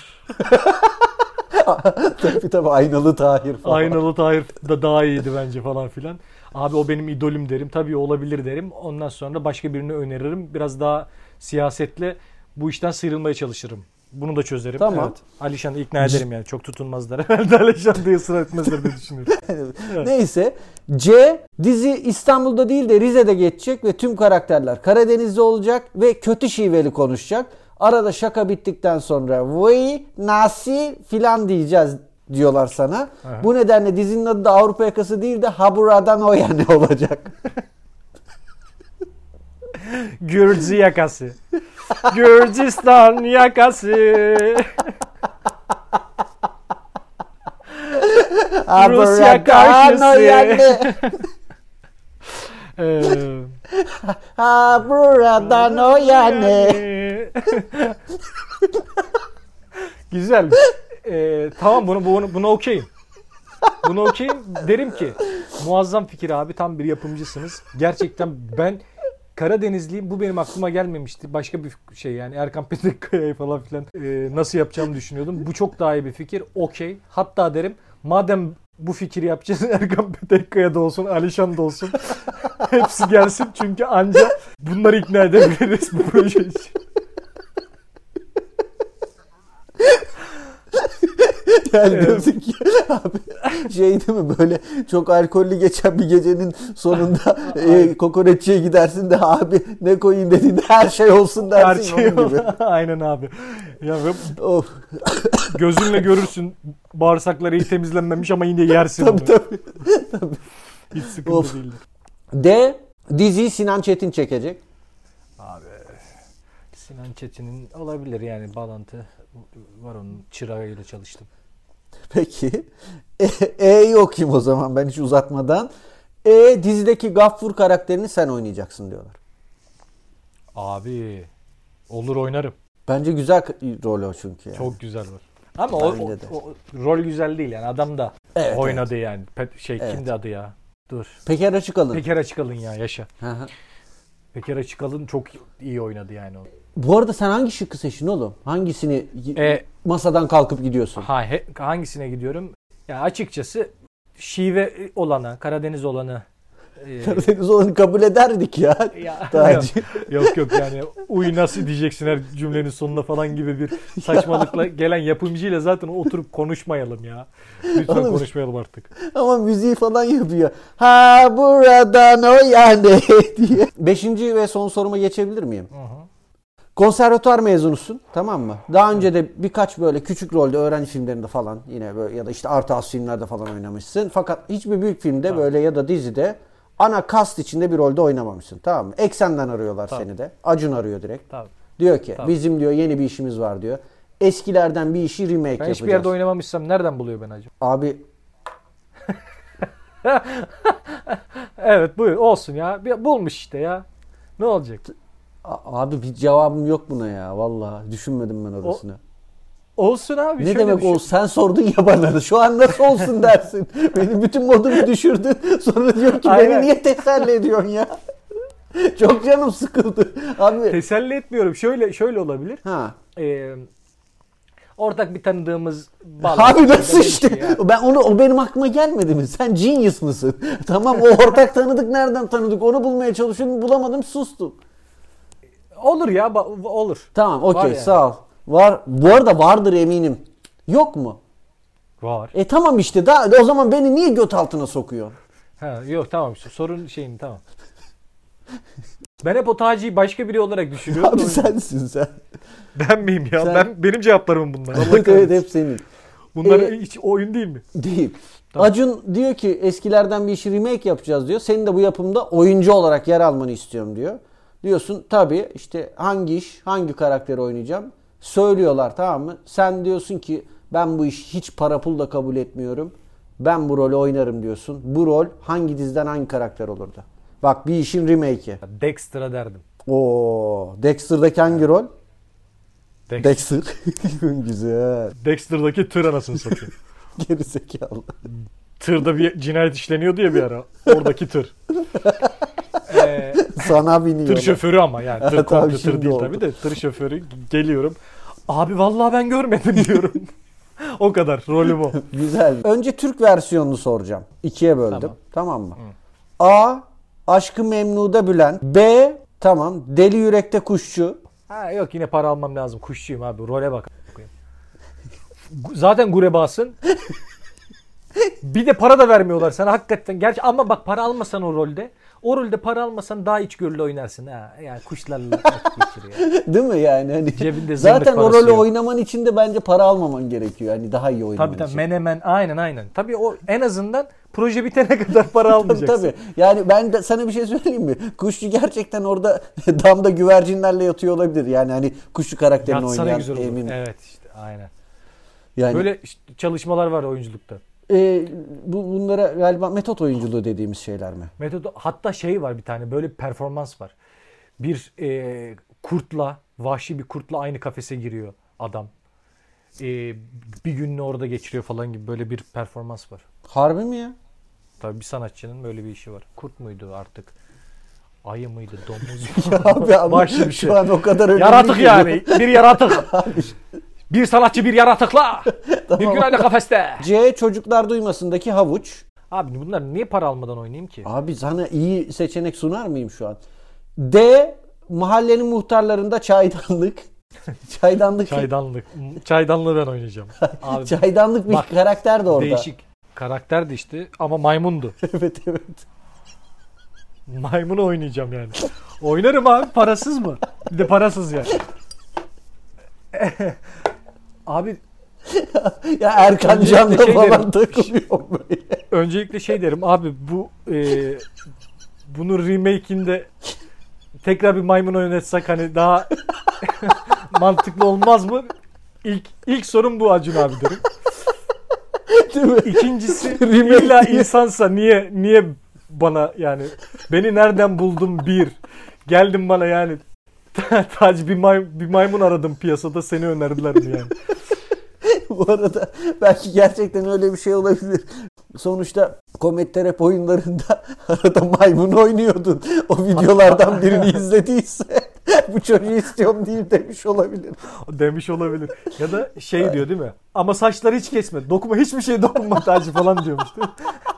Tabii Aynalı Tahir falan. Aynalı Tahir da daha iyiydi bence falan filan. Abi o benim idolüm derim. Tabii olabilir derim. Ondan sonra başka birini öneririm. Biraz daha siyasetle bu işten sıyrılmaya çalışırım. Bunu da çözerim. Tamam. Evet. Alişan'ı ikna ederim yani. Çok tutunmazlar herhalde. Alişan diye ısrar etmezler diye düşünüyorum. Evet. Neyse. C. Dizi İstanbul'da değil de Rize'de geçecek ve tüm karakterler Karadeniz'de olacak ve kötü şiveli konuşacak. Arada şaka bittikten sonra vay nasi filan diyeceğiz diyorlar sana. Aha. Bu nedenle dizinin adı da Avrupa Yakası değil de Haburadan o yani olacak. Gürcü yakası. Gürcistan yakası. Rusya karşısı. Haburadan o yani. Güzel. Tamam bunu okeyim. Bunu okeyim. Derim ki muazzam fikir abi. Tam bir yapımcısınız. Gerçekten ben Karadenizliyim. Bu benim aklıma gelmemişti. Başka bir şey yani Erkan Petekkaya'yı falan filan nasıl yapacağımı düşünüyordum. Bu çok daha iyi bir fikir. Okey. Hatta derim madem bu fikri yapacağız Erkan Petekkaya da olsun, Alişan da olsun. Hepsi gelsin çünkü ancak bunları ikna edebiliriz bu proje için. Yani diyorsun ki abi şey değil mi böyle çok alkollü geçen bir gecenin sonunda kokoreççiye gidersin de abi ne koyayım dediğinde her şey olsun dersin. Her şey onun gibi. Aynen abi. Ya of. Gözünle görürsün bağırsakları iyi temizlenmemiş ama yine yersin onu. Tabii. Hiç sıkıntı değildir. D. Diziyi Sinan Çetin çekecek. Abi Sinan Çetin'in olabilir yani bağlantı var onun çırağıyla çalıştım. Peki. E'yi okuyayım o zaman ben hiç uzatmadan. Dizideki Gaffur karakterini sen oynayacaksın diyorlar. Abi olur oynarım. Bence güzel rol o çünkü. Yani. Çok güzel var. Ama o rol güzel değil yani adam da oynadı evet. Yani. Kimdi adı ya? Dur. Peker Açıkalın. Peker Açıkalın ya yaşa. Hı. Peker Açıkalın çok iyi oynadı yani o. Bu arada sen hangi şıkkı seçtin oğlum? Hangisini masadan kalkıp gidiyorsun? Hangisine gidiyorum? Ya açıkçası şive olana, Karadeniz olanı. Karadeniz olanı kabul ederdik ya. Yok yani uy nasıl diyeceksin her cümlenin sonuna falan gibi bir saçmalıkla gelen yapımcıyla zaten oturup konuşmayalım ya. Lütfen oğlum, konuşmayalım artık. Ama müziği falan yapıyor. Ha buradan o yani diye. 5. ve son soruma geçebilir miyim? Hı. Konservatuar mezunusun, tamam mı? Daha önce de birkaç böyle küçük rolde öğrenci filmlerinde falan yine böyle ya da işte art house filmlerde falan oynamışsın. Fakat hiçbir büyük filmde böyle ya da dizide ana cast içinde bir rolde oynamamışsın, tamam mı? Eksenden arıyorlar seni de. Acun arıyor direkt. Tabii. Diyor ki bizim diyor yeni bir işimiz var diyor. Eskilerden bir işi remake yapacağız. Ben hiçbir yerde oynamamışsam nereden buluyor beni Acun? Abi evet buyur olsun ya. Bulmuş işte ya. Ne olacak? Abi bir cevabım yok buna ya. Vallahi düşünmedim ben orasını. Olsun abi. Ne demek olsun? Sen sordun ya bana da. Şu an nasıl olsun dersin. Benim bütün modumu düşürdün. Sonra diyor ki beni niye teselli ediyorsun ya? Çok canım sıkıldı. Abi teselli etmiyorum. Şöyle olabilir. Ha. Ortak bir tanıdığımız abi nasıl işte? O benim aklıma gelmedi mi? Sen genius mısın? Tamam o ortak tanıdık nereden tanıdık? Onu bulmaya çalışıyordum. Bulamadım sustum. Olur ya olur. Tamam okey yani. Sağ ol. Var. Bu arada vardır eminim. Yok mu? Var. Tamam işte daha o zaman beni niye göt altına sokuyor? Yok tamam işte sorun şeyin tamam. Ben hep o Taci'yi başka biri olarak düşünüyorum. Abi sensin sen. Ben miyim ya? Benim cevaplarım bunlar. Evet hep senin. Bunlar hiç oyun değil mi? Değil. Tamam. Acun diyor ki eskilerden bir işi remake yapacağız diyor. Senin de bu yapımda oyuncu olarak yer almanı istiyorum diyor. Diyorsun tabii işte hangi iş, hangi karakteri oynayacağım? Söylüyorlar tamam mı? Sen diyorsun ki ben bu işi hiç para pul da kabul etmiyorum. Ben bu rolü oynarım diyorsun. Bu rol hangi diziden hangi karakter olurdu? Bak bir işin remake'i. Dexter'a derdim. Oo, Dexter'daki hangi rol? Dexter. Güzel. Dexter'daki tır anasını satıyor. Gerizekalı. tırda bir cinayet işleniyordu ya bir ara. Oradaki tır. Sana biniyor. Tır şoförü ama yani. Tır Evet, komple abi, tır şimdi değil oldu. tabii de. Tır şoförü geliyorum. Abi vallahi ben görmedim diyorum. O kadar. Rolüm o. Güzel. Önce Türk versiyonunu soracağım. İkiye böldüm. Tamam. Tamam mı? A. Aşkı Memnu'da Bülent. B. Tamam. Deli Yürek'te Kuşçu. Ha yok yine para almam lazım. Kuşçuyum abi. Role bak. Zaten gurebasın. Bir de para da vermiyorlar sana hakikaten. Gerçi ama bak para almasan o rolde. O rolde para almasan daha içgörülü oynarsın ha. Yani kuşlarla vakit geçiriyor. Değil mi yani? Hani Cebinde zaten zırnık o parası rolü yok. oynaman için de bence para almaman gerekiyor. Hani daha iyi oynaman Tabii için. menemen aynen. Tabii o en azından proje bitene kadar para almayacaksın. Tabii. Yani ben de sana bir şey söyleyeyim mi? Kuşçu gerçekten orada damda güvercinlerle yatıyor olabilir. Yani hani kuşçu karakterini Yatsana oynayan güzel olur. eminim. Evet işte aynen. Yani Böyle işte çalışmalar var oyunculukta. bunlara galiba metot oyunculuğu dediğimiz şeyler mi? Metodu hatta şey var bir tane böyle bir performans var. Bir kurtla vahşi bir kurtla aynı kafese giriyor adam. Bir gününü orada geçiriyor falan gibi böyle bir performans var. Harbi mi ya? Tabii bir sanatçının böyle bir işi var. Kurt muydu artık? Ayı mıydı? Domuz Abi ama Vahşi bir şey. şu an o kadar önemli. Yaratık ki yani. Bir yaratık. Bir sanatçı bir yaratıkla. Bir gün aynı kafeste. C. Çocuklar Duymasın'daki Havuç. Abi bunlar niye para almadan oynayayım ki? Abi sana iyi seçenek sunar mıyım şu an? D. Mahallenin muhtarlarında Çaydanlık. Çaydanlık. Çaydanlığı ben oynayacağım. Abi, Çaydanlık bir bak, karakter de orada. değişik. Karakterdi işte ama maymundu. Evet. Maymunu oynayacağım yani. Oynarım abi parasız mı? Bir de parasız yani. Abi Ya Erkan Öncelikle Can'da şey falan derim. takılıyor böyle. öncelikle şey derim abi bunun remake'inde tekrar bir maymun oynatsak hani daha mantıklı olmaz mı? İlk sorun bu Acun abi derim. Değil mi? İkincisi Remake illa diye. insansa niye bana yani beni nereden buldun bir geldim bana yani Taci bir maymun aradım piyasada seni önerdiler mi yani? Bu arada belki gerçekten öyle bir şey olabilir. Sonuçta Comedy Rap oyunlarında arada maymun oynuyordun. O videolardan birini izlediyse bu çocuğu istiyorum deyip demiş olabilir. Demiş olabilir. Ya da şey diyor değil mi? Ama saçları hiç kesme. Hiçbir şey dokunma Taci falan diyormuş değil mi?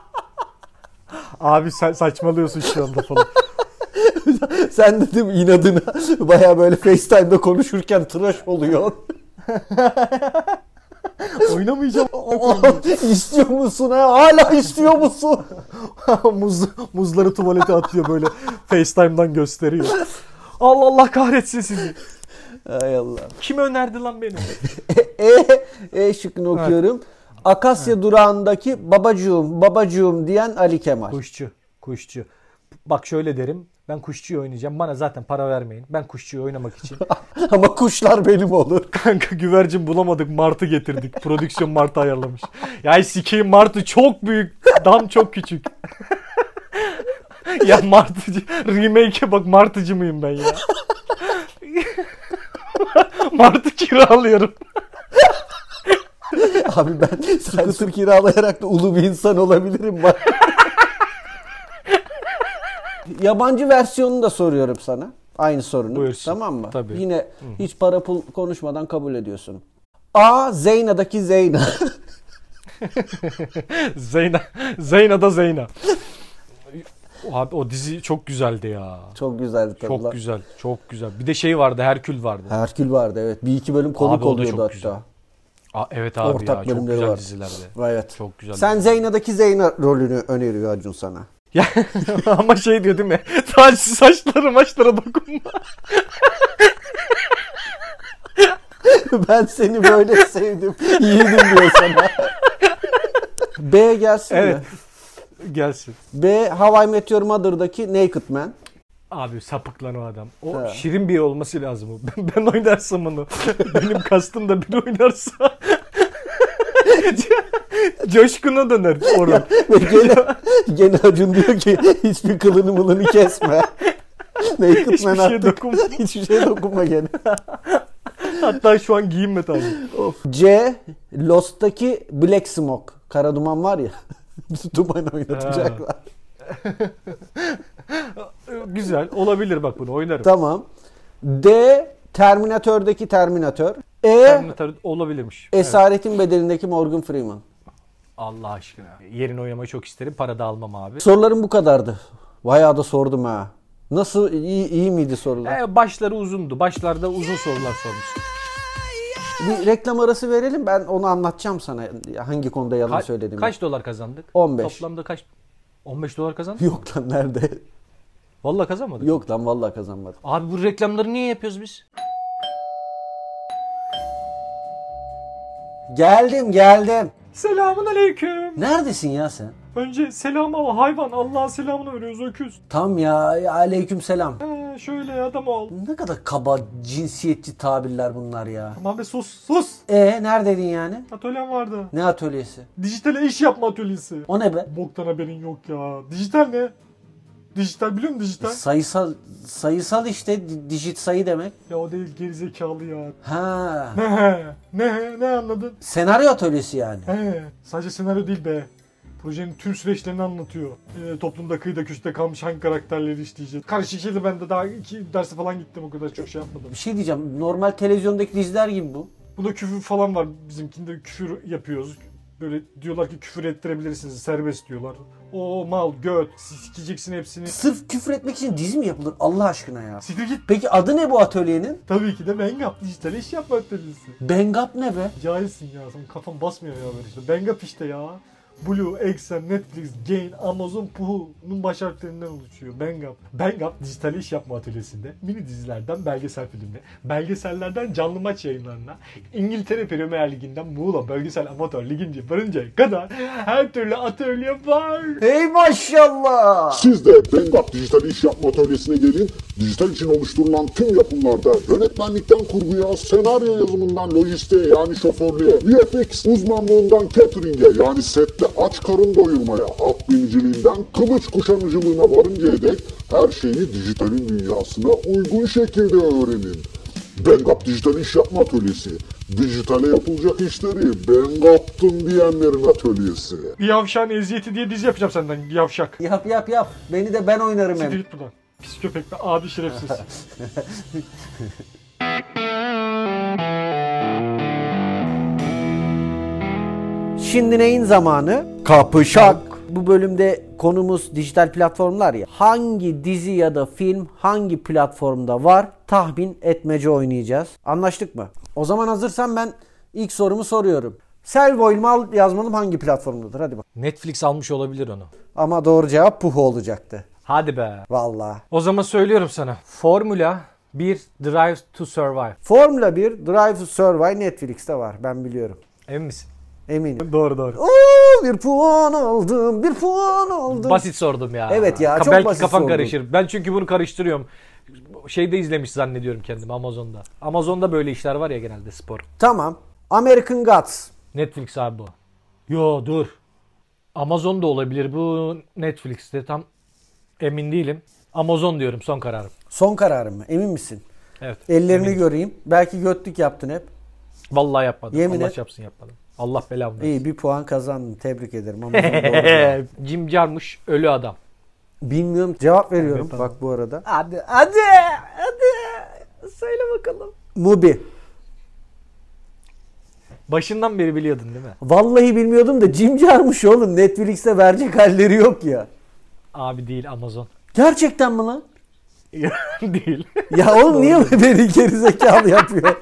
Abi sen saçmalıyorsun şu anda falan. Sen de değil mi inadına baya böyle FaceTime'da konuşurken tıraş oluyor. Oynamayacağım. İstiyor musun ha? Hala istiyor musun? Muzları tuvalete atıyor böyle FaceTime'dan gösteriyor. Allah Allah kahretsin sizi. Hay Allah. Kim önerdi lan beni? Şıkkını okuyorum. Akasya durağındaki babacığım diyen Ali Kemal. Kuşçu. Bak şöyle derim. Ben kuşçuyu oynayacağım. Bana zaten para vermeyin. Ben kuşçuyu oynamak için. Ama kuşlar benim olur. Kanka güvercin bulamadık. Martı getirdik. Prodüksiyon martı ayarlamış. Ya sikeyim martı çok büyük. Dam çok küçük. Ya martıcı. Remake'e bak martıcı mıyım ben ya? Martı kiralıyorum. Abi ben scooter kiralayarak da ulu bir insan olabilirim bak. Yabancı versiyonunu da soruyorum sana. Aynı sorunu. Buyursun. Tamam mı? Tabii. Yine hiç para pul konuşmadan kabul ediyorsun. A. Zeyna'daki Zeyna. Zeyna'da Zeyna. Abi o dizi çok güzeldi ya. Çok güzeldi tabii. Çok güzel. Çok güzel. Bir de şey vardı. Herkül vardı. Herkül vardı evet. Bir iki bölüm konuk Abi o da oluyordu çok hatta. güzel. Evet abi Ortak ya. Çok bölümleri güzel vardı. dizilerdi. Evet. Çok güzel. Sen diziler. Zeyna'daki Zeyna rolünü öneriyor Acun sana. Ya ama şey diyor değil mi? Saçlara dokunma. Ben seni böyle sevdim. Yiğidim diyor sana. B gelsin Evet. mi? Gelsin. B. How I Met Your Mother'daki Naked Man. Abi sapık lan o adam. O Ha. şirin bir olması lazım o. Ben oynarsam onu. Benim kastım da biri oynarsa. Coşkun'a döner oradan. Ve gene Acun diyor ki hiçbir kılını mılını kesme. Naked Hiçbir Man şeye artık. dokunma. Hiçbir şeye dokunma gene. Hatta şu an giyinme tabii. C. Lost'taki Black Smoke. Kara duman var ya. Duman oynatacaklar. Güzel. Olabilir bak, bunu oynarım. Tamam. D. Terminator'daki Terminator. Terminator olabilirmiş. Esaretin Bedeli'ndeki Morgan Freeman. Allah aşkına. Yerini oynamayı çok isterim. Para da almam abi. Sorularım bu kadardı. Bayağı da sordum ha. Nasıl, iyi miydi sorular? Başları uzundu. Başlarda uzun sorular sormuşsun. Bir reklam arası verelim. Ben onu anlatacağım sana. Hangi konuda yalan söyledim. Kaç dolar kazandık? 15. Toplamda kaç? 15 dolar kazandık? Yok lan, nerede? Vallahi kazanmadık. Yok lan, vallahi kazanmadım. Abi bu reklamları niye yapıyoruz biz? Geldim. Selamun aleyküm. Neredesin ya sen? Önce selam ama hayvan. Allah'ın selamını veriyoruz, öküz. Tam ya, aleyküm selam. Şöyle adam ol. Ne kadar kaba, cinsiyetçi tabirler bunlar ya. Aman be sus. Neredeydin yani? Atölyem vardı. Ne atölyesi? Dijitale iş yapma atölyesi. O ne be? Boktan haberin yok ya. Dijital ne? Dijital biliyor musun dijital? Sayısal işte, dijit sayı demek. Ya o değil, gerizekalı ya. Ha. Ne anladın? Senaryo atölyesi yani. Sadece senaryo değil be. Projenin tüm süreçlerini anlatıyor. Toplumda kıyıda köşede kalmış hangi karakterleri işleyeceğiz. Karışık şeydi, ben de daha 2 derse falan gittim, o kadar çok şey yapmadım. Bir şey diyeceğim. Normal televizyondaki diziler gibi bu. Bunda küfür falan var. Bizimkinde küfür yapıyoruz. Böyle diyorlar ki küfür ettirebilirsiniz. Serbest diyorlar. O mal, göt, sikeceksin hepsini. Sırf küfür etmek için dizi mi yapılır Allah aşkına ya? Siktir git. Peki adı ne bu atölyenin? Tabii ki de Bengap dijital iş yapma atölyesi. Bengap ne be? Cahilsin ya. Senin kafan basmıyor ya böyle işte. Bengap işte ya. Blue, Exxon, Netflix, Gain, Amazon, Puhu'nun baş harflerinden oluşuyor. Bengap. Bengap dijital iş yapma atölyesinde mini dizilerden belgesel filmine, belgesellerden canlı maç yayınlarına, İngiltere Premier Ligi'nden Muğla Bölgesel Amatör Ligi'nce varıncaya kadar her türlü atölye var. Hey maşallah. Siz de Bengap Dijital İş Yapma Atölyesi'ne gelin. Dijital için oluşturulan tüm yapımlarda yönetmenlikten kurguya, senaryo yazımından lojistiğe yani şoförlüğe, VFX uzmanlığından catering'e yani sette aç karın doyurmaya, at biniciliğinden kılıç kuşanıcılığına varıncaya dek her şeyi dijitalin dünyasına uygun şekilde öğrenin. Bengap Dijital İş Yapma Atölyesi. Dijitale yapılacak işleri Bengap'tın diyenlerin atölyesi. Bir yavşağın eziyeti diye dizi yapacağım senden, bir yavşak. Yap. Beni de ben oynarım hem. Siktir git buradan. Pis köpek be, adi şerefsiz. Şimdi neyin zamanı? Kapışak. Bu bölümde konumuz dijital platformlar ya. Hangi dizi ya da film hangi platformda var tahmin etmece oynayacağız. Anlaştık mı? O zaman hazırsan ben ilk sorumu soruyorum. Selvoil mal yazmalım hangi platformdadır? Hadi bak. Netflix almış olabilir onu. Ama doğru cevap Puhu olacaktı. Hadi be. Vallahi. O zaman söylüyorum sana. Formula 1 Drive to Survive. Formula 1 Drive to Survive Netflix'te var. Ben biliyorum. Emin misin? Eminim. Doğru. Bir puan aldım. Basit sordum ya. Evet ya, çok belki basit kafan sordum. karışır. Ben çünkü bunu karıştırıyorum. Şeyde izlemiş zannediyorum kendimi, Amazon'da. Amazon'da böyle işler var ya genelde, spor. Tamam. American Gods. Netflix abi bu. Yo dur. Amazon'da olabilir bu, Netflix'te tam emin değilim. Amazon diyorum, son kararım. Son kararım mı? Emin misin? Evet. Ellerini eminim. göreyim. Belki götlük yaptın hep. Vallahi yapmadım. Yemin Allah et. yapsın, yapmadım. Allah belamı versin. İyi, bir puan kazandın. Tebrik ederim. Amazon doğru. Jim Jarmusch ölü adam. Bilmiyorum. Cevap veriyorum. Evet, tamam. Bak bu arada. Hadi. Söyle bakalım. Mubi. Başından beri biliyordun değil mi? Vallahi bilmiyordum da Jim Jarmusch oğlum. Netflix'te verecek halleri yok ya. Abi değil, Amazon. Gerçekten mi lan? Değil. Ya oğlum niye beni gerizekalı yapıyor?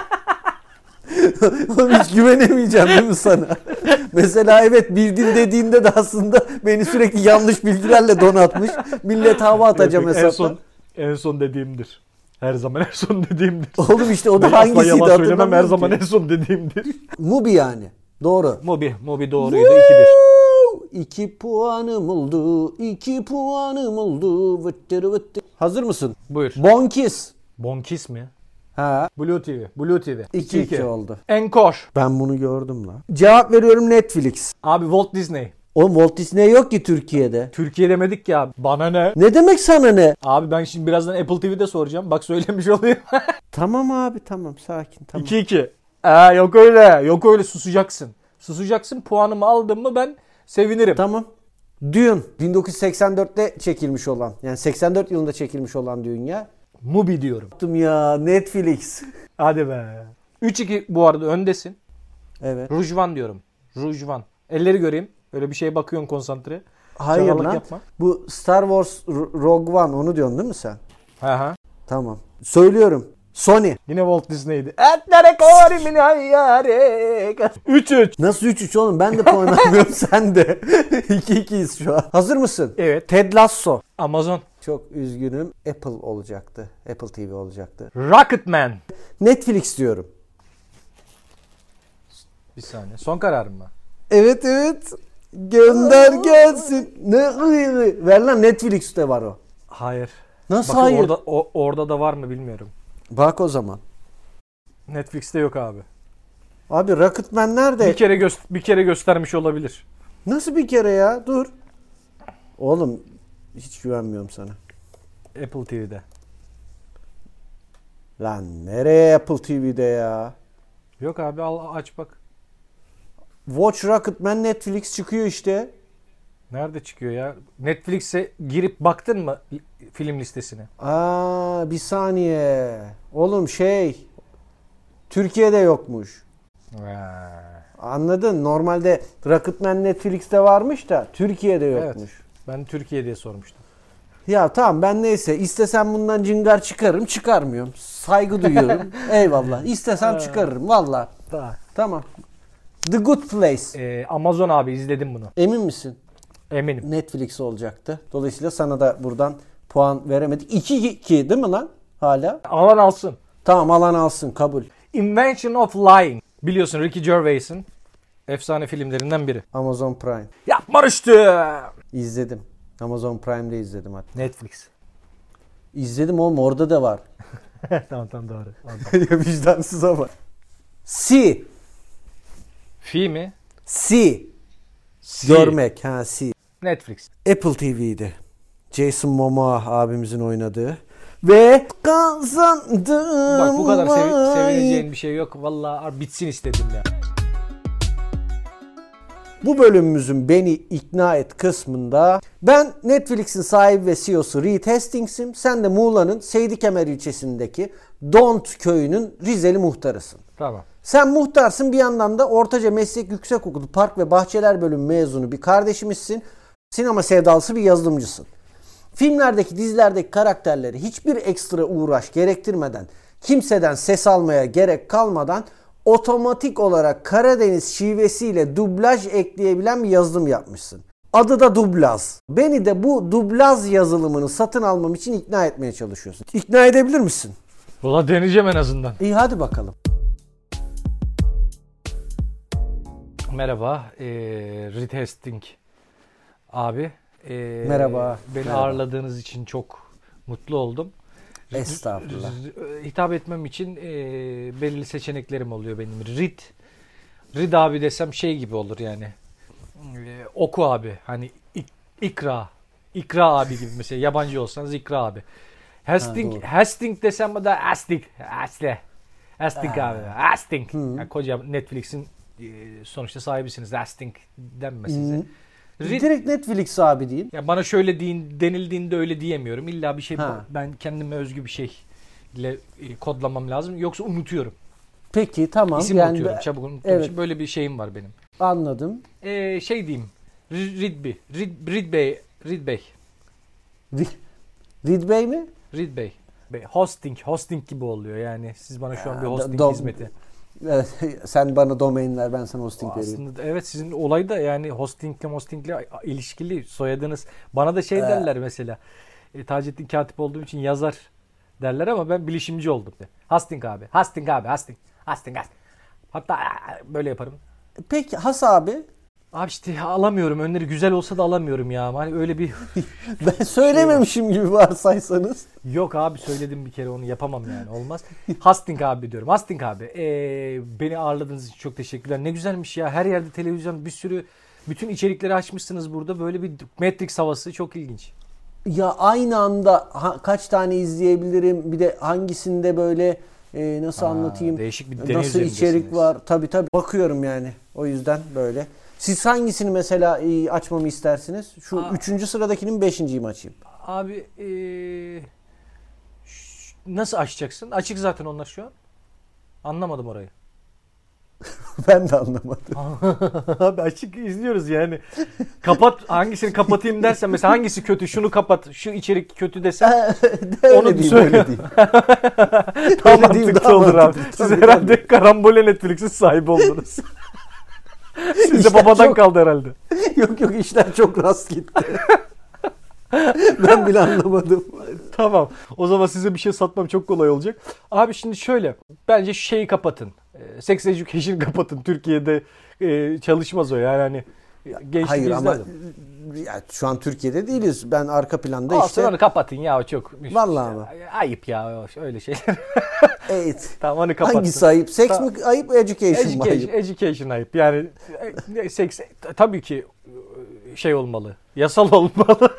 Oğlum hiç güvenemeyeceğim değil mi sana? Mesela evet bildin dediğinde de aslında beni sürekli yanlış bilgilerle donatmış. Millet hava atacağım hesapta. En son dediğimdir. Her zaman en son dediğimdir. Oğlum işte o da Ben asla hangisiydi yalan söylemem, her hatırlamıyorum zaman ki. en son dediğimdir. Mubi yani. Doğru. Mobi doğruydu, 2-1. 2 puanım oldu. 2 puanım oldu. Vıttırı vıttı. Hazır mısın? Buyur. Bonkis. Bonkis mi? Ha. Blue TV. 2-2 oldu. Encore. Ben bunu gördüm lan. Cevap veriyorum Netflix. Abi Walt Disney. Oğlum Walt Disney yok ki Türkiye'de. Türkiye demedik ya. Bana ne? Ne demek sana ne? Abi ben şimdi birazdan Apple TV'de soracağım. Bak söylemiş olayım. Tamam abi tamam sakin tamam. 2-2. Yok öyle. Yok öyle, susacaksın. Susacaksın, puanımı aldım mı ben Sevinirim. Tamam. Dune 1984'te çekilmiş olan, yani 84 yılında çekilmiş olan Dune ya. Mubi diyorum. Yaptım ya, Netflix. Hadi be. 3-2 bu arada öndesin. Evet. Rujvan diyorum. Rujvan. Elleri göreyim. Öyle bir şeye bakıyorsun konsantre. Hayır Çakallık lan. yapma. Bu Star Wars Rogue One, onu diyorsun değil mi sen? Hı. Tamam. Söylüyorum. Sony. Yine Walt Disney'di. Etlere kori min hayyare. 3-3. Nasıl 3-3 oğlum? Ben de puan almıyorum, sen de. 2-2'yiz şu an. Hazır mısın? Evet. Ted Lasso. Amazon. Çok üzgünüm. Apple olacaktı. Apple TV olacaktı. Rocketman. Netflix diyorum. Bir saniye. Son kararım mı? Evet. Gönder gelsin. Ver lan, Netflix'te var o. Hayır. Nasıl Bakın hayır? orada da var mı bilmiyorum. Bak o zaman. Netflix'te yok abi. Abi Rocketman nerede? Bir kere göstermiş olabilir. Nasıl bir kere ya? Dur. Oğlum hiç güvenmiyorum sana. Apple TV'de. Lan nereye Apple TV'de ya? Yok abi al aç bak. Watch Rocketman Netflix çıkıyor işte. Nerede çıkıyor ya? Netflix'e girip baktın mı film listesine? Bir saniye. Oğlum Türkiye'de yokmuş. Anladın? Normalde Rocketman Netflix'te varmış da Türkiye'de yokmuş. Evet. Ben Türkiye diye sormuştum. Ya tamam, ben neyse. İstesem bundan cıngar çıkarırım. Çıkarmıyorum. Saygı duyuyorum. Eyvallah. İstesem çıkarırım. Valla. Tamam. The Good Place. Amazon abi izledim bunu. Emin misin? Eminim. Netflix olacaktı. Dolayısıyla sana da buradan puan veremedik. 2-2 değil mi lan? Hala. Alan alsın. Tamam, alan alsın. Kabul. Invention of Lying. Biliyorsun Ricky Gervais'in efsane filmlerinden biri. Amazon Prime. Yapma işte. İzledim. Amazon Prime'de izledim hatta. Netflix. İzledim oğlum, orada da var. tamam doğru. Vicdansız ama. C. Fi mi? C. Görmek. C. Netflix. Apple TV'de. Jason Momoa abimizin oynadığı. Ve kazandım. Bak bu kadar sevineceğin bir şey yok. Vallahi bitsin istedim ya. Bu bölümümüzün beni ikna et kısmında ben Netflix'in sahibi ve CEO'su Reed Hastings'im. Sen de Muğla'nın Seydikemer ilçesindeki Dont köyünün Rizeli muhtarısın. Tamam. Sen muhtarsın, bir yandan da Ortaca Meslek Yüksekokulu Park ve Bahçeler bölümü mezunu bir kardeşimizsin. Sinema sevdalısı bir yazılımcısın. Filmlerdeki, dizilerdeki karakterleri hiçbir ekstra uğraş gerektirmeden, kimseden ses almaya gerek kalmadan otomatik olarak Karadeniz şivesiyle dublaj ekleyebilen bir yazılım yapmışsın. Adı da Dublaz. Beni de bu Dublaz yazılımını satın almam için ikna etmeye çalışıyorsun. İkna edebilir misin? Valla deneyeceğim en azından. İyi, hadi bakalım. Merhaba. Reed Hastings abi. Merhaba. Beni ağırladığınız için çok mutlu oldum. Estağfurullah. Hitap etmem için belirli seçeneklerim oluyor benim. Reed abi desem şey gibi olur yani. Oku abi. Hani İkra abi gibi mesela. Yabancı olsanız İkra abi. Hastings desem de Hastings abi. Hastings. Yani koca Netflix'in sonuçta sahibisiniz. Hastings denmez size. Direkt Netflix abi diyeyim. Ya bana şöyle denildiğinde öyle diyemiyorum. İlla bir şey ben kendime özgü bir şeyle kodlamam lazım. Yoksa unutuyorum. Peki tamam. İsim unutuyorum. Çabuk unuttuğum evet. için böyle bir şeyim var benim. Anladım. Şey diyeyim. Reed Bey. Reed Bey mi? Reed Bey. Hosting gibi oluyor yani. Siz bana şu an bir hosting hizmeti. Evet, sen bana domain ver, ben sana hosting vereyim. Aslında evet, sizin olay da yani hostingle ilişkili soyadınız. Bana da şey derler mesela. Taceddin Katip olduğum için yazar derler ama ben bilişimci oldum. Hastings abi. Hatta böyle yaparım. Peki Has abi? Abi işte alamıyorum. Önleri güzel olsa da alamıyorum ya. Hani öyle bir... Ben söylememişim gibi varsaysanız. Yok abi, söyledim bir kere, onu yapamam yani. Olmaz. Hastings abi diyorum. Hastings abi. Beni ağırladığınız için çok teşekkürler. Ne güzelmiş ya. Her yerde televizyon, bir sürü bütün içerikleri açmışsınız burada. Böyle bir Matrix havası, çok ilginç. Ya aynı anda kaç tane izleyebilirim? Bir de hangisinde böyle nasıl anlatayım? Değişik bir deney nasıl içerik var? Tabii bakıyorum yani. O yüzden böyle. Siz hangisini mesela açmamı istersiniz? Şu 3. sıradakinin 5.'yi mi açayım? Abi nasıl açacaksın? Açık zaten onlar şu an. Anlamadım orayı. Ben de anlamadım. Abi açık izliyoruz yani. Kapat, hangisini kapatayım dersen mesela hangisi kötü, şunu kapat, şu içerik kötü desem onu diyeyim, öyle diyeyim. Daha Öyle diyeyim, mantıklı daha olur abi. mantıklı. Siz Tabii, herhalde karambole Netflix'in sahibi oldunuz. Siz de İşler babadan çok- kaldı herhalde. Yok işler çok rast gitti. Ben bile anlamadım. Tamam. O zaman size bir şey satmam çok kolay olacak. Abi şimdi şöyle. Bence şu şeyi kapatın. Sex Education kapatın. Türkiye'de çalışmaz o yani hani gençlik Hayır ama izlerdim. ya, şu an Türkiye'de değiliz. Ben arka planda Olsun işte. onu kapatın ya o çok. Vallahi mi? Ayıp ya öyle şeyler. Evet. Tamam onu kapatın. Hangisi ayıp? Seks mi ayıp, education mı ayıp? Education ayıp. Yani seks tabii ki şey olmalı. Yasal olmalı.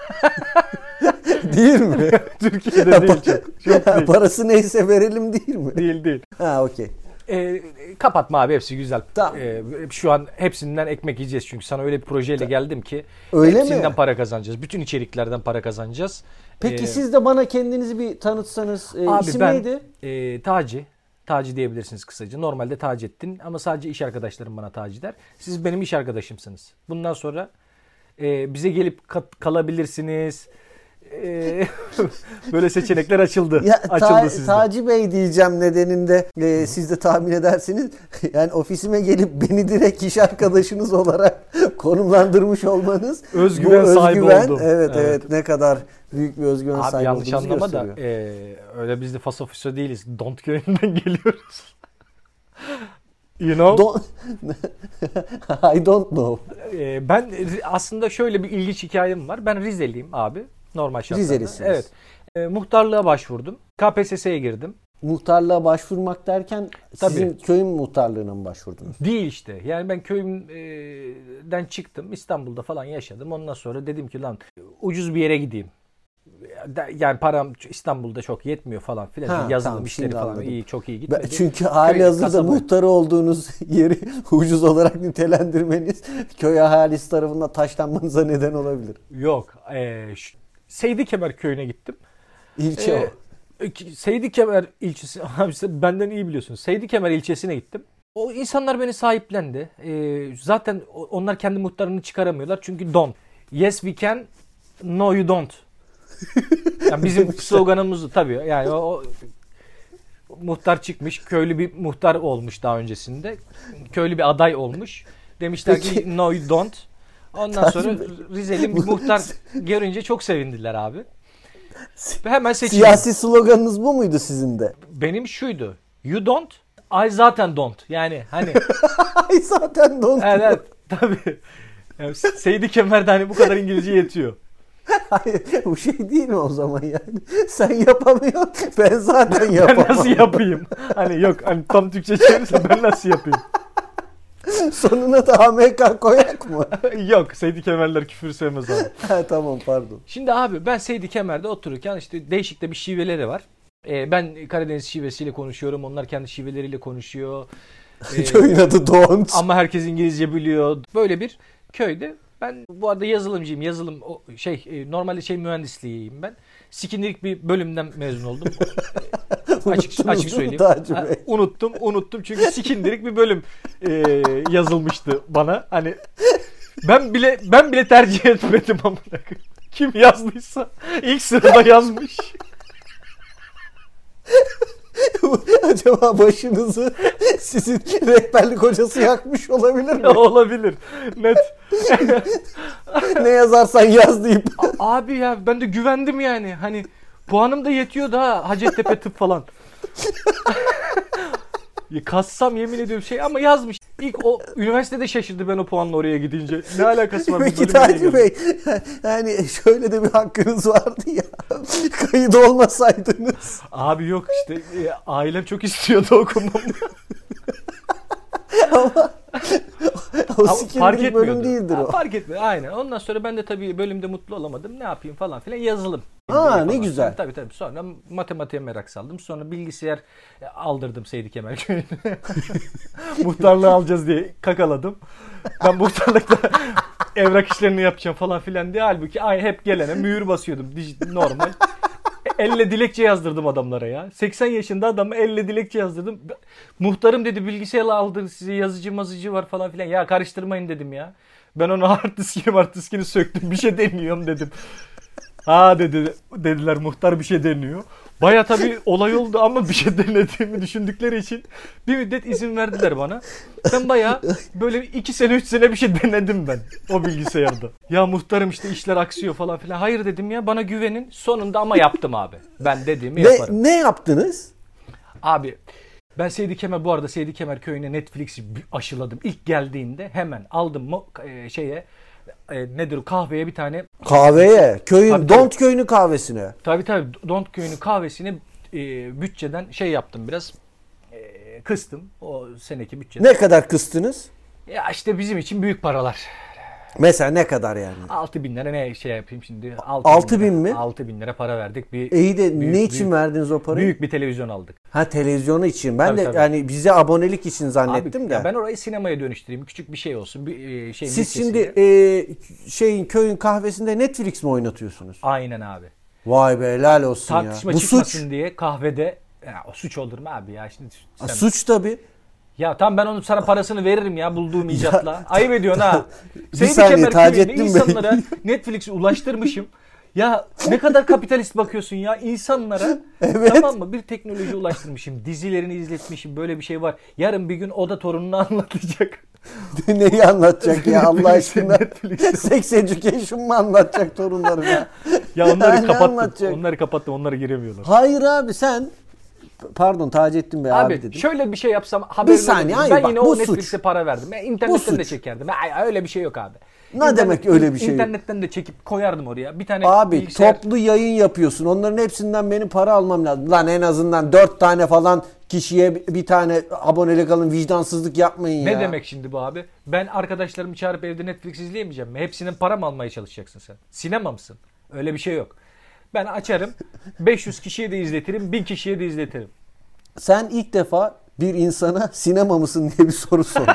Değil mi? Türkiye'de değil çok. Çok değil. Parası neyse verelim değil mi? Değil. Ha okey. Kapatma abi hepsi güzel. Tamam. Şu an hepsinden ekmek yiyeceğiz çünkü sana öyle bir projeyle geldim ki Öyle hepsinden mi? para kazanacağız. Bütün içeriklerden para kazanacağız. Peki siz de bana kendinizi bir tanıtsanız. Abi İsim ben neydi? Taci diyebilirsiniz kısaca. Normalde Taceddin ama sadece iş arkadaşlarım bana Taci der. Siz benim iş arkadaşımsınız. Bundan sonra bize gelip kalabilirsiniz. Böyle seçenekler açıldı. Ya, açıldı sizde. Taci Bey diyeceğim nedeninde siz de tahmin edersiniz. Yani ofisime gelip beni direkt iş arkadaşınız olarak konumlandırmış olmanız. Özgüven sahibi oldum. Evet ne kadar büyük bir özgüven Abi sahibi yanlış olduğunuzu anlama da gösteriyor. öyle biz de fasofiso değiliz. Don't köyünden geliyoruz. You know? I don't know. Ben aslında şöyle bir ilginç hikayem var. Ben Rizeliyim abi. Normal şartlarda. Rizelisiniz. Evet. Muhtarlığa başvurdum. KPSS'ye girdim. Muhtarlığa başvurmak derken Tabii. sizin köyün muhtarlığına mı başvurdunuz? Değil işte. Yani ben köyümden çıktım. İstanbul'da falan yaşadım. Ondan sonra dedim ki lan ucuz bir yere gideyim. Yani param İstanbul'da çok yetmiyor falan filan. Ha, Yazılım tamam, işleri şimdi falan anladım. çok iyi gitmedi. Çünkü hali hazırda kasaba. muhtarı olduğunuz yeri ucuz olarak nitelendirmeniz köy ahalisi tarafından taşlanmanıza neden olabilir. Yok. Seydi Kemer köyüne gittim. İlçe o. Seydi Kemer ilçesi, abi sen benden iyi biliyorsun. Seydi Kemer ilçesine gittim. O insanlar beni sahiplendi. Zaten onlar kendi muhtarını çıkaramıyorlar çünkü don't. Yes we can, no you don't. Yani bizim sloganımız tabii. Yani o muhtar çıkmış, köylü bir muhtar olmuş daha öncesinde. Köylü bir aday olmuş. Demişler ki no you don't. Ondan sonra Rizeli bir muhtar görünce çok sevindiler abi. Hemen seçildim. Siyasi sloganınız bu muydu sizin de? Benim şuydu. You don't, I zaten don't. Yani hani. Ay zaten don't. Evet tabii. Yani Seydi Kemer'de hani bu kadar İngilizce yetiyor. Hayır, bu şey değil mi o zaman yani? Sen yapamıyorsun, ben zaten yapamam. Ben nasıl yapayım? Hani yok hani tam Türkçe çevirirse ben nasıl yapayım? Sonuna da AMK koyak mı? Yok Seydi Kemerler küfür sevmez abi. Ha, tamam pardon. Şimdi abi ben Seydi Kemer'de otururken işte değişik de bir şiveleri var. Ben Karadeniz şivesiyle konuşuyorum. Onlar kendi şiveleriyle konuşuyor. Köyün adı Don't. Ama herkes İngilizce biliyor. Böyle bir köyde. Ben bu arada yazılımcıyım. Normalde mühendisliğiyim ben. Sikindirik bir bölümden mezun oldum. açık söyleyeyim. Unuttum çünkü sikindirik bir bölüm yazılmıştı bana. Hani ben bile tercih etmedim ama kim yazdıysa ilk sırada yazmış. Acaba başınızı sizin rehberlik hocası yakmış olabilir mi? Olabilir. Net. Ne yazarsan yaz deyip. Abi ya ben de güvendim yani. Hani puanım da yetiyor da Hacettepe tıp falan. Kassam yemin ediyorum ama yazmış. İlk o üniversitede şaşırdı ben o puanla oraya gidince. Ne alakası var? Peki Taci Bey, yani şöyle de bir hakkınız vardı ya. Kayıt olmasaydınız. Abi yok işte ailem çok istiyordu okumamı. Ama O Ama sikimlik bölüm değildir o. Fark etmiyor aynen. Ondan sonra ben de tabii bölümde mutlu olamadım. Ne yapayım falan filan yazılım. Ne güzel. Tabii. Sonra matematiğe merak saldım. Sonra bilgisayar aldırdım Seydi Kemal Köyü'ne. Muhtarlığı alacağız diye kakaladım. Ben muhtarlıkta evrak işlerini yapacağım falan filan diye. Halbuki hep gelene mühür basıyordum. Normal. Elle dilekçe yazdırdım adamlara ya. 80 yaşında adamı elle dilekçe yazdırdım. Muhtarım dedi bilgisayarla aldı size yazıcı mazıcı var falan filan. Ya karıştırmayın dedim ya. Ben onu hard diskini söktüm bir şey deniyorum dedim. Dediler muhtar bir şey deniyor. Baya tabii olay oldu ama bir şey denediğimi düşündükleri için bir müddet izin verdiler bana. Ben baya böyle 2 sene 3 sene bir şey denedim ben o bilgisayarda. Ya muhtarım işte işler aksıyor falan filan. Hayır dedim ya bana güvenin. Sonunda ama yaptım abi. Ben dediğimi yaparım. Ne yaptınız? Abi ben Seydi Kemer Köyü'ne Netflix'i aşıladım. İlk geldiğinde hemen aldım nedir o kahveye bir tane. Kahveye. Tabii. Don't köyünün kahvesine. Tabii Don't köyünün kahvesini bütçeden yaptım biraz. Kıstım o seneki bütçeden. Ne kadar kıstınız? Ya işte bizim için büyük paralar. Mesela ne kadar yani? 6.000 lira ne yapayım şimdi? 6.000 mi? 6.000 lira para verdik. İyi de ne için verdiniz o parayı? Büyük bir televizyon aldık. Ha televizyonu için. Ben Tabii. yani bize abonelik için zannettim de. Ya ben orayı sinemaya dönüştüreyim. Küçük bir şey olsun. Siz şimdi köyün kahvesinde Netflix mi oynatıyorsunuz? Aynen abi. Vay be helal olsun ya. Tartışma Bu çıkmasın suç. diye kahvede o suç olur mu abi ya? Şimdi Suç tabii. Ya tamam ben onun sana parasını veririm ya bulduğum icatla. Ayıp ediyorsun ha. Bir saniye Taceddin Bey. İnsanlara Netflix'i ulaştırmışım. Ya ne kadar kapitalist bakıyorsun ya insanlara. Evet. Tamam mı? Bir teknoloji ulaştırmışım. Dizilerini izletmişim. Böyle bir şey var. Yarın bir gün o da torununa anlatacak. Neyi anlatacak ya Allah aşkına? Sex Education mı anlatacak torunlarına? Ya onları Ne kapattım. anlatacak? Onları kapattım. Onlara giremiyorlar. Hayır abi sen pardon Taceddin Bey abi dedim. Şöyle bir şey yapsam haberin saniye, olur. hayır, Ben bak, yine bu o suç. Netflix'e para verdim. Ben internetten de suç. çekerdim. Öyle bir şey yok abi. Ne demek öyle bir şey yok? İnternetten de çekip koyardım oraya. Bir tane Abi bilgisayar. toplu yayın yapıyorsun. Onların hepsinden benim para almam lazım. Lan en azından 4 tane falan kişiye bir tane abonelik alın. Vicdansızlık yapmayın ya. Ne demek şimdi bu abi? Ben arkadaşlarımı çağırıp evde Netflix izleyemeyeceğim mi? Hepsinin para mı almaya çalışacaksın sen? Sinema mısın? Öyle bir şey yok. Ben açarım. 500 kişiye de izletirim. 1000 kişiye de izletirim. Sen ilk defa bir insana sinema mısın diye bir soru sordun.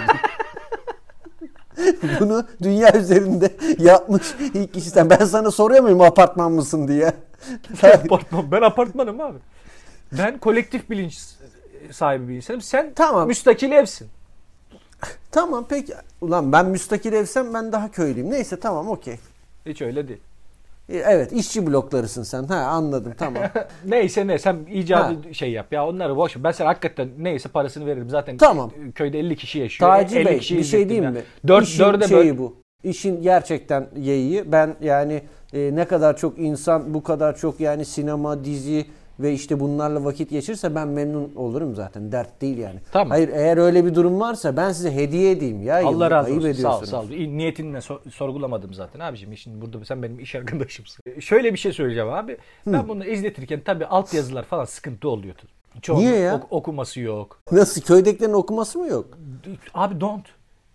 Bunu dünya üzerinde yapmış ilk kişi sen. Ben sana soruyor muyum apartman mısın diye? Ben apartmanım abi. Ben kolektif bilinç sahibi bir insanım. Sen Tamam. müstakil evsin. Tamam peki. Ulan ben müstakil evsem ben daha köylüyüm. Neyse tamam okey. Hiç öyle değil. Evet işçi bloklarısın sen. Ha anladım tamam. Neyse ne sen icadı şey yap ya onları boş ver. Ben sana hakikaten neyse parasını veririm. Zaten Tamam. Köyde 50 kişi yaşıyor. Taci 50 Bey kişi bir şey diyeyim izlettim mi? ya. Dört, İşin dörde şeyi böl. bu. İşin gerçekten yeği. Ben yani ne kadar çok insan bu kadar çok yani sinema, dizi ve işte bunlarla vakit geçirirse ben memnun olurum zaten. Dert değil yani. Tamam. Hayır eğer öyle bir durum varsa ben size hediye edeyim ya. Allah razı Ayıp olsun. Sağ ol, ediyorsunuz. sağ ol. Niyetinle sorgulamadım zaten abiciğim. Şimdi burada sen benim iş arkadaşımsın. Şöyle bir şey söyleyeceğim abi. Ben bunu izletirken tabii altyazılar falan sıkıntı oluyordu. Çoğunun Niye ya? Okuması yok. Nasıl köydekilerin okuması mı yok? Abi don't.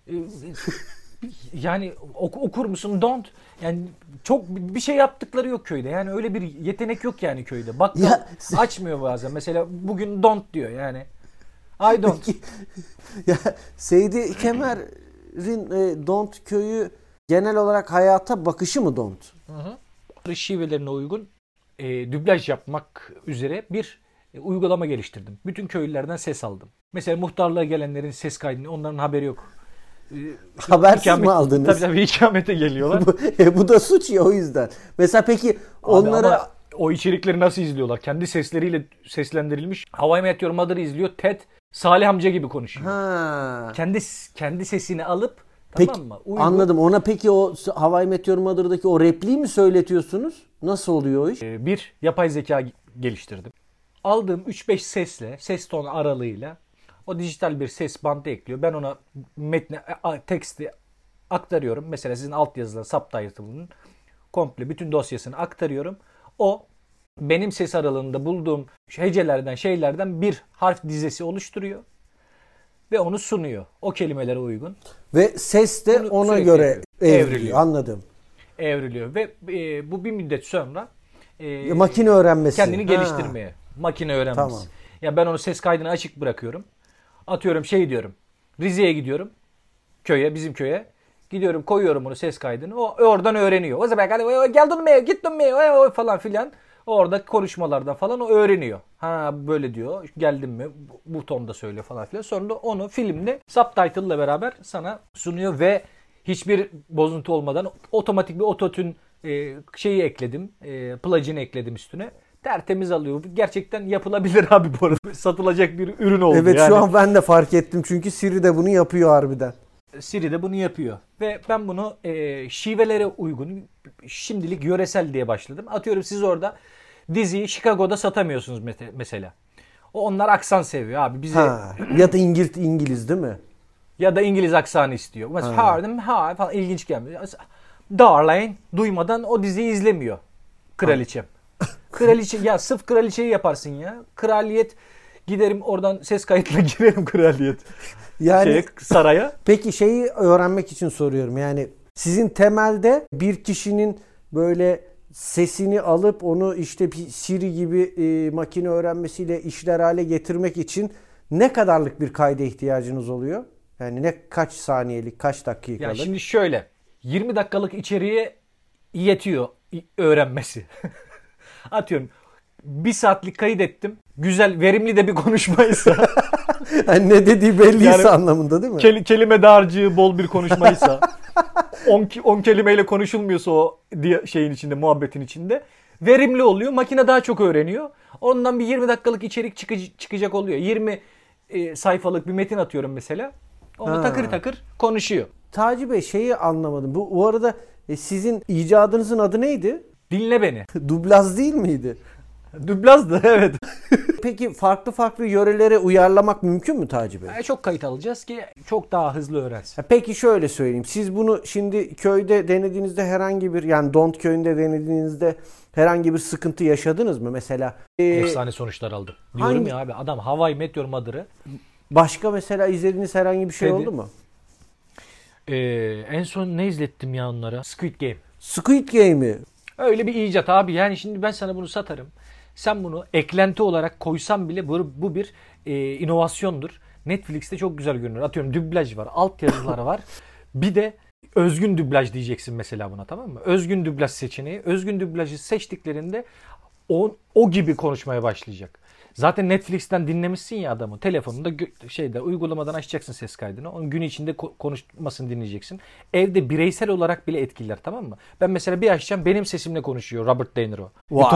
Yani okur musun? Don't. Yani çok bir şey yaptıkları yok köyde. Yani öyle bir yetenek yok yani köyde. Bakkal Ya, açmıyor bazen. Mesela bugün don't diyor yani. I don't. Ya Seydi Kemer'in Don't köyü genel olarak hayata bakışı mı Don't? Şivelerine uygun dublaj yapmak üzere bir uygulama geliştirdim. Bütün köylülerden ses aldım. Mesela muhtarlığa gelenlerin ses kaydını onların haberi yok. Habersiz mi aldınız? Tabii ikamete geliyorlar. Bu da suç ya o yüzden. Mesela peki onlara... Ama o içerikleri nasıl izliyorlar? Kendi sesleriyle seslendirilmiş. How I Met Your Mother'ı izliyor. Ted Salih amca gibi konuşuyor. Ha. Kendi sesini alıp Peki, tamam mı? Anladım. Ona peki o How I Met Your Mother'daki o repliği mi söyletiyorsunuz? Nasıl oluyor o iş? Bir yapay zeka geliştirdim. Aldığım 3-5 sesle, ses tonu aralığıyla o dijital bir ses bandı ekliyor. Ben ona metni, teksti aktarıyorum. Mesela sizin altyazılar, subtitle'ının komple bütün dosyasını aktarıyorum. O benim ses aralığında bulduğum hecelerden, şeylerden bir harf dizesi oluşturuyor. ve onu sunuyor. O kelimelere uygun. Ve ses de Bunu ona sürekli göre evriliyor. evriliyor. Anladım. Evriliyor ve bu bir müddet sonra Makine öğrenmesi. kendini geliştirmeye, makine öğrenmesi. Tamam. Ya ben onu ses kaydını açık bırakıyorum. Atıyorum diyorum. Rize'ye gidiyorum. Bizim köye. Gidiyorum, koyuyorum onu, ses kaydını. O oradan öğreniyor. O zaman geldin mi? Gittin mi? Falan filan. Orada konuşmalardan falan o öğreniyor. Ha böyle diyor. Geldim mi? Bu tonda söylüyor falan filan. Sonra da onu filmde subtitle ile beraber sana sunuyor ve hiçbir bozuntu olmadan otomatik bir ototune şeyi ekledim. Plugin ekledim üstüne. Tertemiz alıyor. Gerçekten yapılabilir abi bu arada. Satılacak bir ürün oldu. Evet, yani. şu an ben de fark ettim. Çünkü Siri de bunu yapıyor harbiden. Siri de bunu yapıyor. Ve ben bunu şivelere uygun, şimdilik yöresel diye başladım. Atıyorum siz orada diziyi Chicago'da satamıyorsunuz mesela. Onlar aksan seviyor abi. Bize Ya da İngiliz değil mi? ya da İngiliz aksanı istiyor. Mesela pardon, falan ilginç gelmiyor. Darling duymadan o diziyi izlemiyor. Kraliçem. Kraliçe ya sırf kraliçeyi yaparsın ya. Kraliyet, giderim oradan ses kayıtla girerim kraliyet. Yani saraya. Peki şeyi öğrenmek için soruyorum. Yani sizin temelde bir kişinin böyle sesini alıp onu işte bir Siri gibi makine öğrenmesiyle işler hale getirmek için ne kadarlık bir kayda ihtiyacınız oluyor? Yani kaç saniyelik, kaç dakikalık? Ya şimdi şöyle, 20 dakikalık içeriğe yetiyor öğrenmesi. Atıyorum 1 saatlik kayıt ettim. Güzel, verimli de bir konuşmaysa. Yani ne dediği belliyse yani, anlamında değil mi? Kelime dağarcığı bol bir konuşmaysa. 10 kelimeyle konuşulmuyorsa o şeyin içinde, muhabbetin içinde. Verimli oluyor. Makine daha çok öğreniyor. Ondan bir 20 dakikalık içerik çıkacak oluyor. 20 sayfalık bir metin atıyorum mesela. Onu takır takır konuşuyor. Taci Bey, şeyi anlamadım. Bu arada sizin icadınızın adı neydi? Dinle beni. Dublaj değil miydi? Dublajdı, evet. Peki farklı yörelere uyarlamak mümkün mü Taci Bey? Çok kayıt alacağız ki çok daha hızlı öğrensin. Peki şöyle söyleyeyim. Siz bunu şimdi köyde denediğinizde herhangi bir, yani Don't köyünde denediğinizde herhangi bir sıkıntı yaşadınız mı? Mesela efsane sonuçlar aldım. Diyorum ya abi, adam Hawaii Meteor Mother'ı. Başka mesela izlediğiniz herhangi bir şey oldu mu? En son ne izlettim ya onlara? Squid Game. Squid Game'i. Öyle bir icat abi. Yani şimdi ben sana bunu satarım. Sen bunu eklenti olarak koysan bile bu bir inovasyondur. Netflix'te çok güzel görünür. Atıyorum dublaj var, altyazılar var. Bir de özgün dublaj diyeceksin mesela buna, tamam mı? Özgün dublaj seçeneği. Özgün dublajı seçtiklerinde o gibi konuşmaya başlayacak. Zaten Netflix'ten dinlemişsin ya adamı. Telefonunda uygulamadan açacaksın ses kaydını. Onun gün içinde konuşmasını dinleyeceksin. Evde bireysel olarak bile etkiler, tamam mı? Ben mesela bir açacağım, benim sesimle konuşuyor Robert De Niro.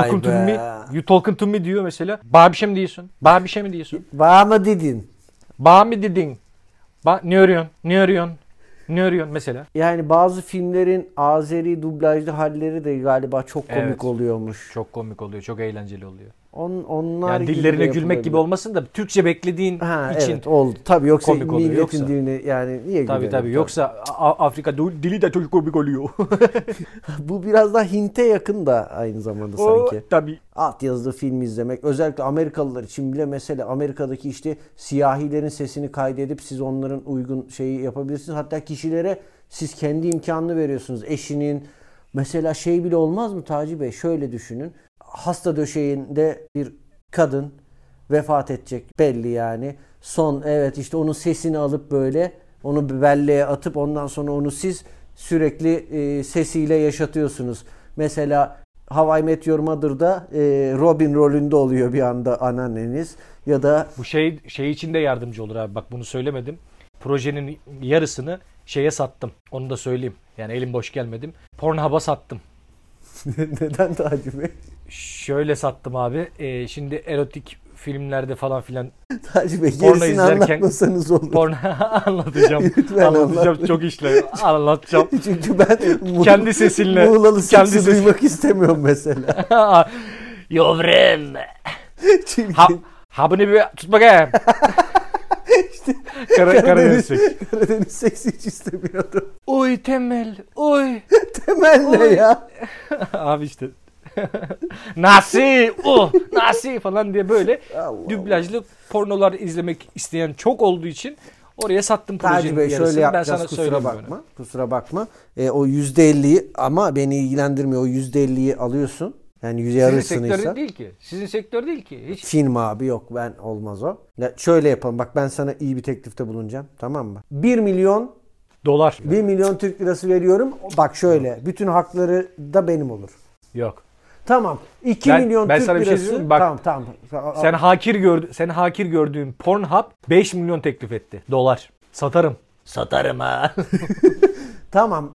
You talking to me diyor mesela. Bana bir şey mi diyorsun? Bana bir şey mi diyorsun? Bana mı dedin? Bana mı dedin? Ne arıyorsun? Ne arıyorsun? Ne arıyorsun mesela? Yani bazı filmlerin Azeri dublajlı halleri de galiba çok komik oluyormuş. Çok komik oluyor. Çok eğlenceli oluyor. Onlar yani dillerine gülmek gibi olmasın da Türkçe beklediğin için evet, oldu. Tabii yoksa komik oluyor. milletin dilini yani niye tabii. Yoksa Afrika dili de çok komik oluyor. Bu biraz daha Hint'e yakın da aynı zamanda sanki. Tabii. Altyazılı film izlemek, özellikle Amerikalılar için bile mesela Amerika'daki işte siyahilerin sesini kaydedip siz onların uygun şeyi yapabilirsiniz. Hatta kişilere siz kendi imkanını veriyorsunuz. Eşinin mesela şey bile olmaz mı Taci Bey? Şöyle düşünün. Hasta döşeğinde bir kadın vefat edecek belli yani. Evet işte onun sesini alıp böyle onu bir belleğe atıp ondan sonra onu siz sürekli sesiyle yaşatıyorsunuz. Mesela Hawaii Meteor Mother'da Robin rolünde oluyor bir anda anneanneniz ya da... Bu şey için de yardımcı olur abi, bak bunu söylemedim. Projenin yarısını şeye sattım, onu da söyleyeyim. Yani elim boş gelmedim. Pornhub'a sattım. Neden Taci Bey? Şöyle sattım abi. Şimdi erotik filmlerde falan filan Taci Bey gerisini anlatmasanız olur. Anlatacağım. Anlatacağım. Çok işler. Anlatacağım. Çünkü ben kendi sesinle Muğlalı sesi duymak istemiyorum mesela. Yavrum. Ha bunu bir tut bakayım. İşte Karadeniz seksi hiç istemiyordum. Oy Temel. Oy. Temel ne ya? Abi işte. Nasi falan diye böyle dublajlı pornolar izlemek isteyen çok olduğu için Oraya sattım Taci projenin Bey yarısını. şöyle Ben yapacağız, sana kusura söyleyeyim bakma. böyle. Kusura bakma. O %50'yi ama beni ilgilendirmiyor. O %50'yi alıyorsun. Yani Sizin yarısınıysa. sektör değil ki. Sizin sektör değil ki. Hiç. Film abi yok, ben olmaz o. Ya şöyle yapalım, bak ben sana iyi bir teklifte bulunacağım, tamam mı? 1 milyon Dolar. 1 milyon Türk lirası veriyorum. Bak şöyle, bütün hakları da benim olur. Yok. Tamam. 2 Ben- milyon ben Türk sana bir şey lirası. söyleyeyim mi? Bak, tamam. Sen hakir gördüğün Pornhub 5 milyon teklif etti. Dolar. Satarım. Satarım ha. Tamam.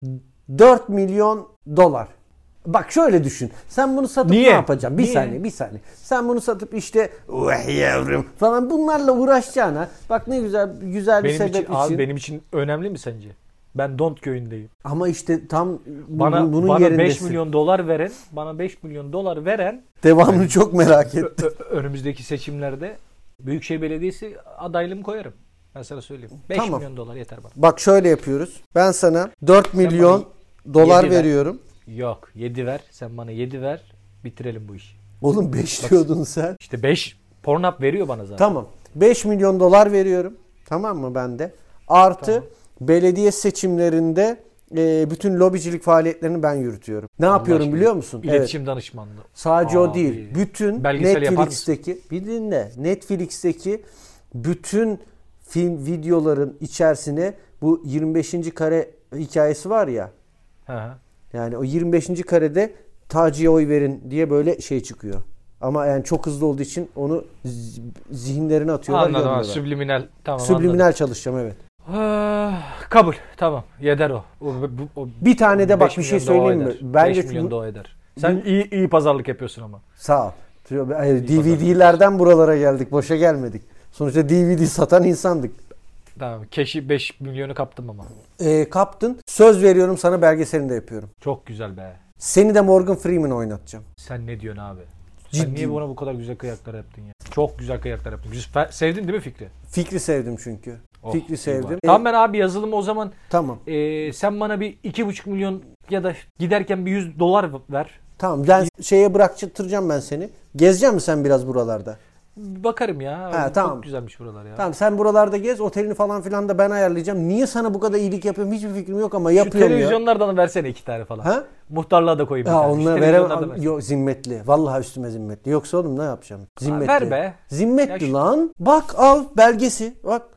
4 milyon dolar. Bak şöyle düşün. Sen bunu satıp Niye? ne yapacaksın? Bir Niye? saniye. Sen bunu satıp işte vah yavrum falan bunlarla uğraşacağına. Bak ne güzel bir benim sebep için, için. abi benim için önemli mi sence? Ben Don't köyündeyim. Ama işte tam bunun Bana 5 yerindesin. milyon dolar veren, bana 5 milyon dolar veren Devamını çok merak ettim. önümüzdeki seçimlerde Büyükşehir Belediyesi adaylığımı koyarım. Ben sana söyleyeyim. 5 Tamam. milyon dolar yeter bana. Bak şöyle yapıyoruz. Ben sana 4 milyon dolar 7 ver. veriyorum. Yok 7 ver. Sen bana 7 ver. Bitirelim bu işi. Oğlum 5 diyordun sen. İşte 5 Pornhub veriyor bana zaten. Tamam. 5 milyon dolar veriyorum. Tamam mı bende? Artı belediye seçimlerinde bütün lobicilik faaliyetlerini ben yürütüyorum. Ne yapıyorum aşkına. biliyor musun? Evet. İletişim danışmanlığı. Sadece o Abi. değil. Bütün Belgesel yapar Netflix'teki bir dinle. Netflix'teki bütün film videoların içerisine bu 25. kare hikayesi var ya. Hı hı. Yani o 25. karede Taci'ye oy verin diye böyle şey çıkıyor. Ama yani çok hızlı olduğu için onu zihinlerine atıyorlar. Anladım abi. görmüyorlar. Subliminal. Tamam Subliminal çalışacağım, evet. anladım. Kabul. Tamam. Yeter o. Bir tane de bak 5 bir şey milyon da o söyleyeyim mi? eder. Bence 5 milyon çünkü- da o eder. Sen iyi pazarlık yapıyorsun ama. Sağ ol. Hayır, DVD'lerden buralara geldik. Boşa gelmedik. Sonuçta DVD satan insandık. Tamam. Keşi 5 milyonu kaptım ama. Kaptın. Söz veriyorum sana, belgeselini de yapıyorum. Çok güzel be. Seni de Morgan Freeman oynatacağım. Sen ne diyorsun abi? Sen Ciddiyim. niye bana bu kadar güzel kıyaklar yaptın ya? Çok güzel kıyaklar yaptın. Sevdin değil mi fikri? Fikri sevdim çünkü. Oh, Fikri iyi sevdim. bak. Tamam ben abi yazılımı o zaman Tamam. sen bana bir 2,5 milyon ya da giderken bir 100 dolar ver. Tamam. Ben şeye bıraktıracağım ben seni. Gezecek misin sen biraz buralarda? Bakarım ya. Ha, Çok tamam. güzelmiş buralar ya. Tamam, sen buralarda gez. Otelini falan filan da ben ayarlayacağım. Niye sana bu kadar iyilik yapıyorum hiçbir fikrim yok ama Şu yapıyorum ya. televizyonlardan versene 2 tane falan. Ha? Muhtarlığa da koyayım bir Ya tane. Şu onları televizyonlardan veremem. versene. Yok, zimmetli. Vallahi üstüme zimmetli. Yoksa oğlum ne yapacağım? Zimmetli. ver be. Zimmetli Ya şu- lan. Bak al belgesi.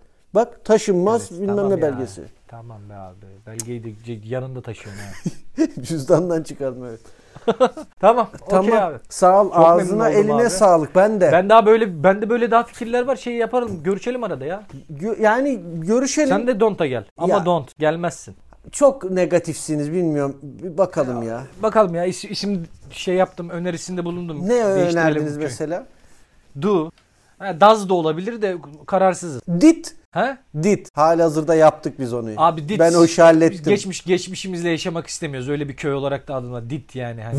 Bak taşınmaz Evet, bilmem tamam ne ya. belgesi. Tamam be abi. Belgeyi de yanında taşıyorsun ha. Cüzdandan çıkardım, evet. Tamam. Tamam. Okey abi. Sağ ol. Çok memnun Ağzına oldum eline abi. sağlık. Ben de. Bende böyle daha fikirler var. Şey yaparım. Görüşelim arada ya. Yani görüşelim. Sen de Dont'a gel. Ama Ya. Don't gelmezsin. Çok negatifsiniz, bilmiyorum. Bir bakalım ya. Bakalım ya isim şey yaptım. Önerisinde bulundum. Ne Değiştirelim önerdiniz bu köyü. mesela? Do. Does da olabilir de kararsızız. Dit. He? Dit. Halihazırda yaptık biz onu. Abi Dit. Ben o işi hallettim. Biz geçmişimizle yaşamak istemiyoruz. Öyle bir köy olarak da adına Dit yani. Hani.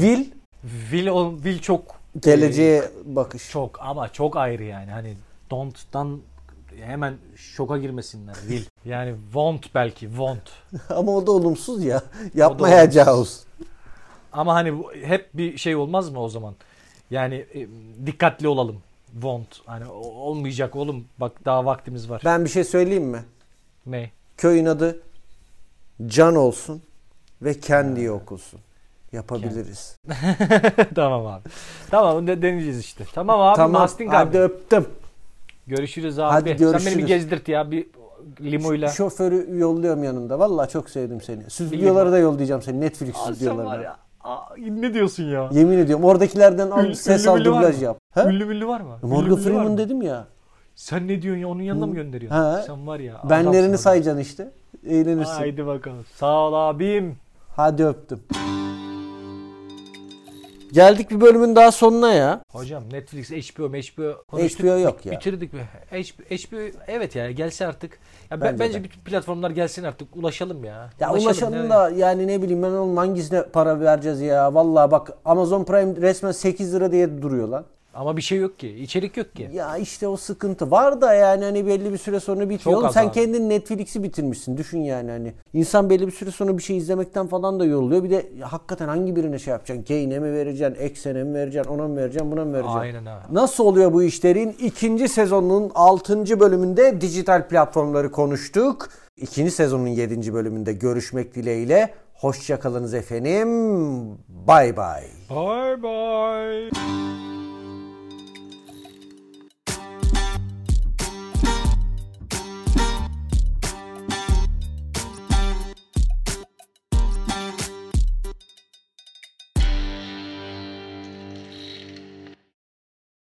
Will çok Geleceğe bakış. çok ama çok ayrı yani. Hani Don't'tan hemen şoka girmesinler. Will. Yani won't belki. Won't. Ama o da olumsuz ya. Yapmayacağız. Ama hani hep bir şey olmaz mı o zaman? Yani dikkatli olalım. Won't. Hani olmayacak oğlum. Bak daha vaktimiz var. Ben bir şey söyleyeyim mi? Ne? Köyün adı Can olsun ve Kendi okulsun. Yapabiliriz. Tamam abi. Tamam deneyeceğiz işte. Tamam abi. Tamam. Masting abi. Hadi öptüm. Görüşürüz abi. Hadi Sen görüşürüz. beni bir gezdirt ya bir limoyla. Şoförü yolluyorum yanında. Vallahi çok sevdim seni. Bir Stüdyoları limo. da yollayacağım seni. Netflix Aa, sen stüdyolarına. var ya. Ne diyorsun ya? Yemin ediyorum. Oradakilerden al, ses al, ünlü var dublaj mı? yap. Ha? Ünlü var mı? Morgan Ünlü var Freeman mı? dedim ya. Sen ne diyorsun ya? Onun yanına mı gönderiyorsun? Ha. Sen var ya. Benlerini adamsın sayacaksın işte. adam. Eğlenirsin. Haydi bakalım. Sağ ol abim. Hadi öptüm. Geldik bir bölümün daha sonuna ya. Hocam Netflix, HBO konuştuk. HBO yok ya. Bitirdik mi? HBO evet ya gelse artık. Ya Bence bence de. bütün platformlar gelsin artık. Ulaşalım ya. Ya ulaşalım da yani ne bileyim ben onun hangisine para vereceğiz ya. Vallahi bak Amazon Prime resmen 8 lira diye duruyor lan. Ama bir şey yok ki. İçerik yok ki. Ya işte o sıkıntı var da yani hani belli bir süre sonra bitiyor. Çok Oğlum az sen abi. kendin Netflix'i bitirmişsin. Düşün yani hani. İnsan belli bir süre sonra bir şey izlemekten falan da yoruluyor. Bir de hakikaten hangi birine şey yapacaksın? Gain'e mi vereceksin? Exxen'e mi vereceksin? Ona mı vereceksin? Buna mı vereceksin? Aynen abi. Nasıl oluyor bu işlerin? 2. sezonun 6. bölümünde dijital platformları konuştuk. 2. sezonun 7. bölümünde görüşmek dileğiyle. Hoşça kalınız efendim. Bay bay. Bye bye.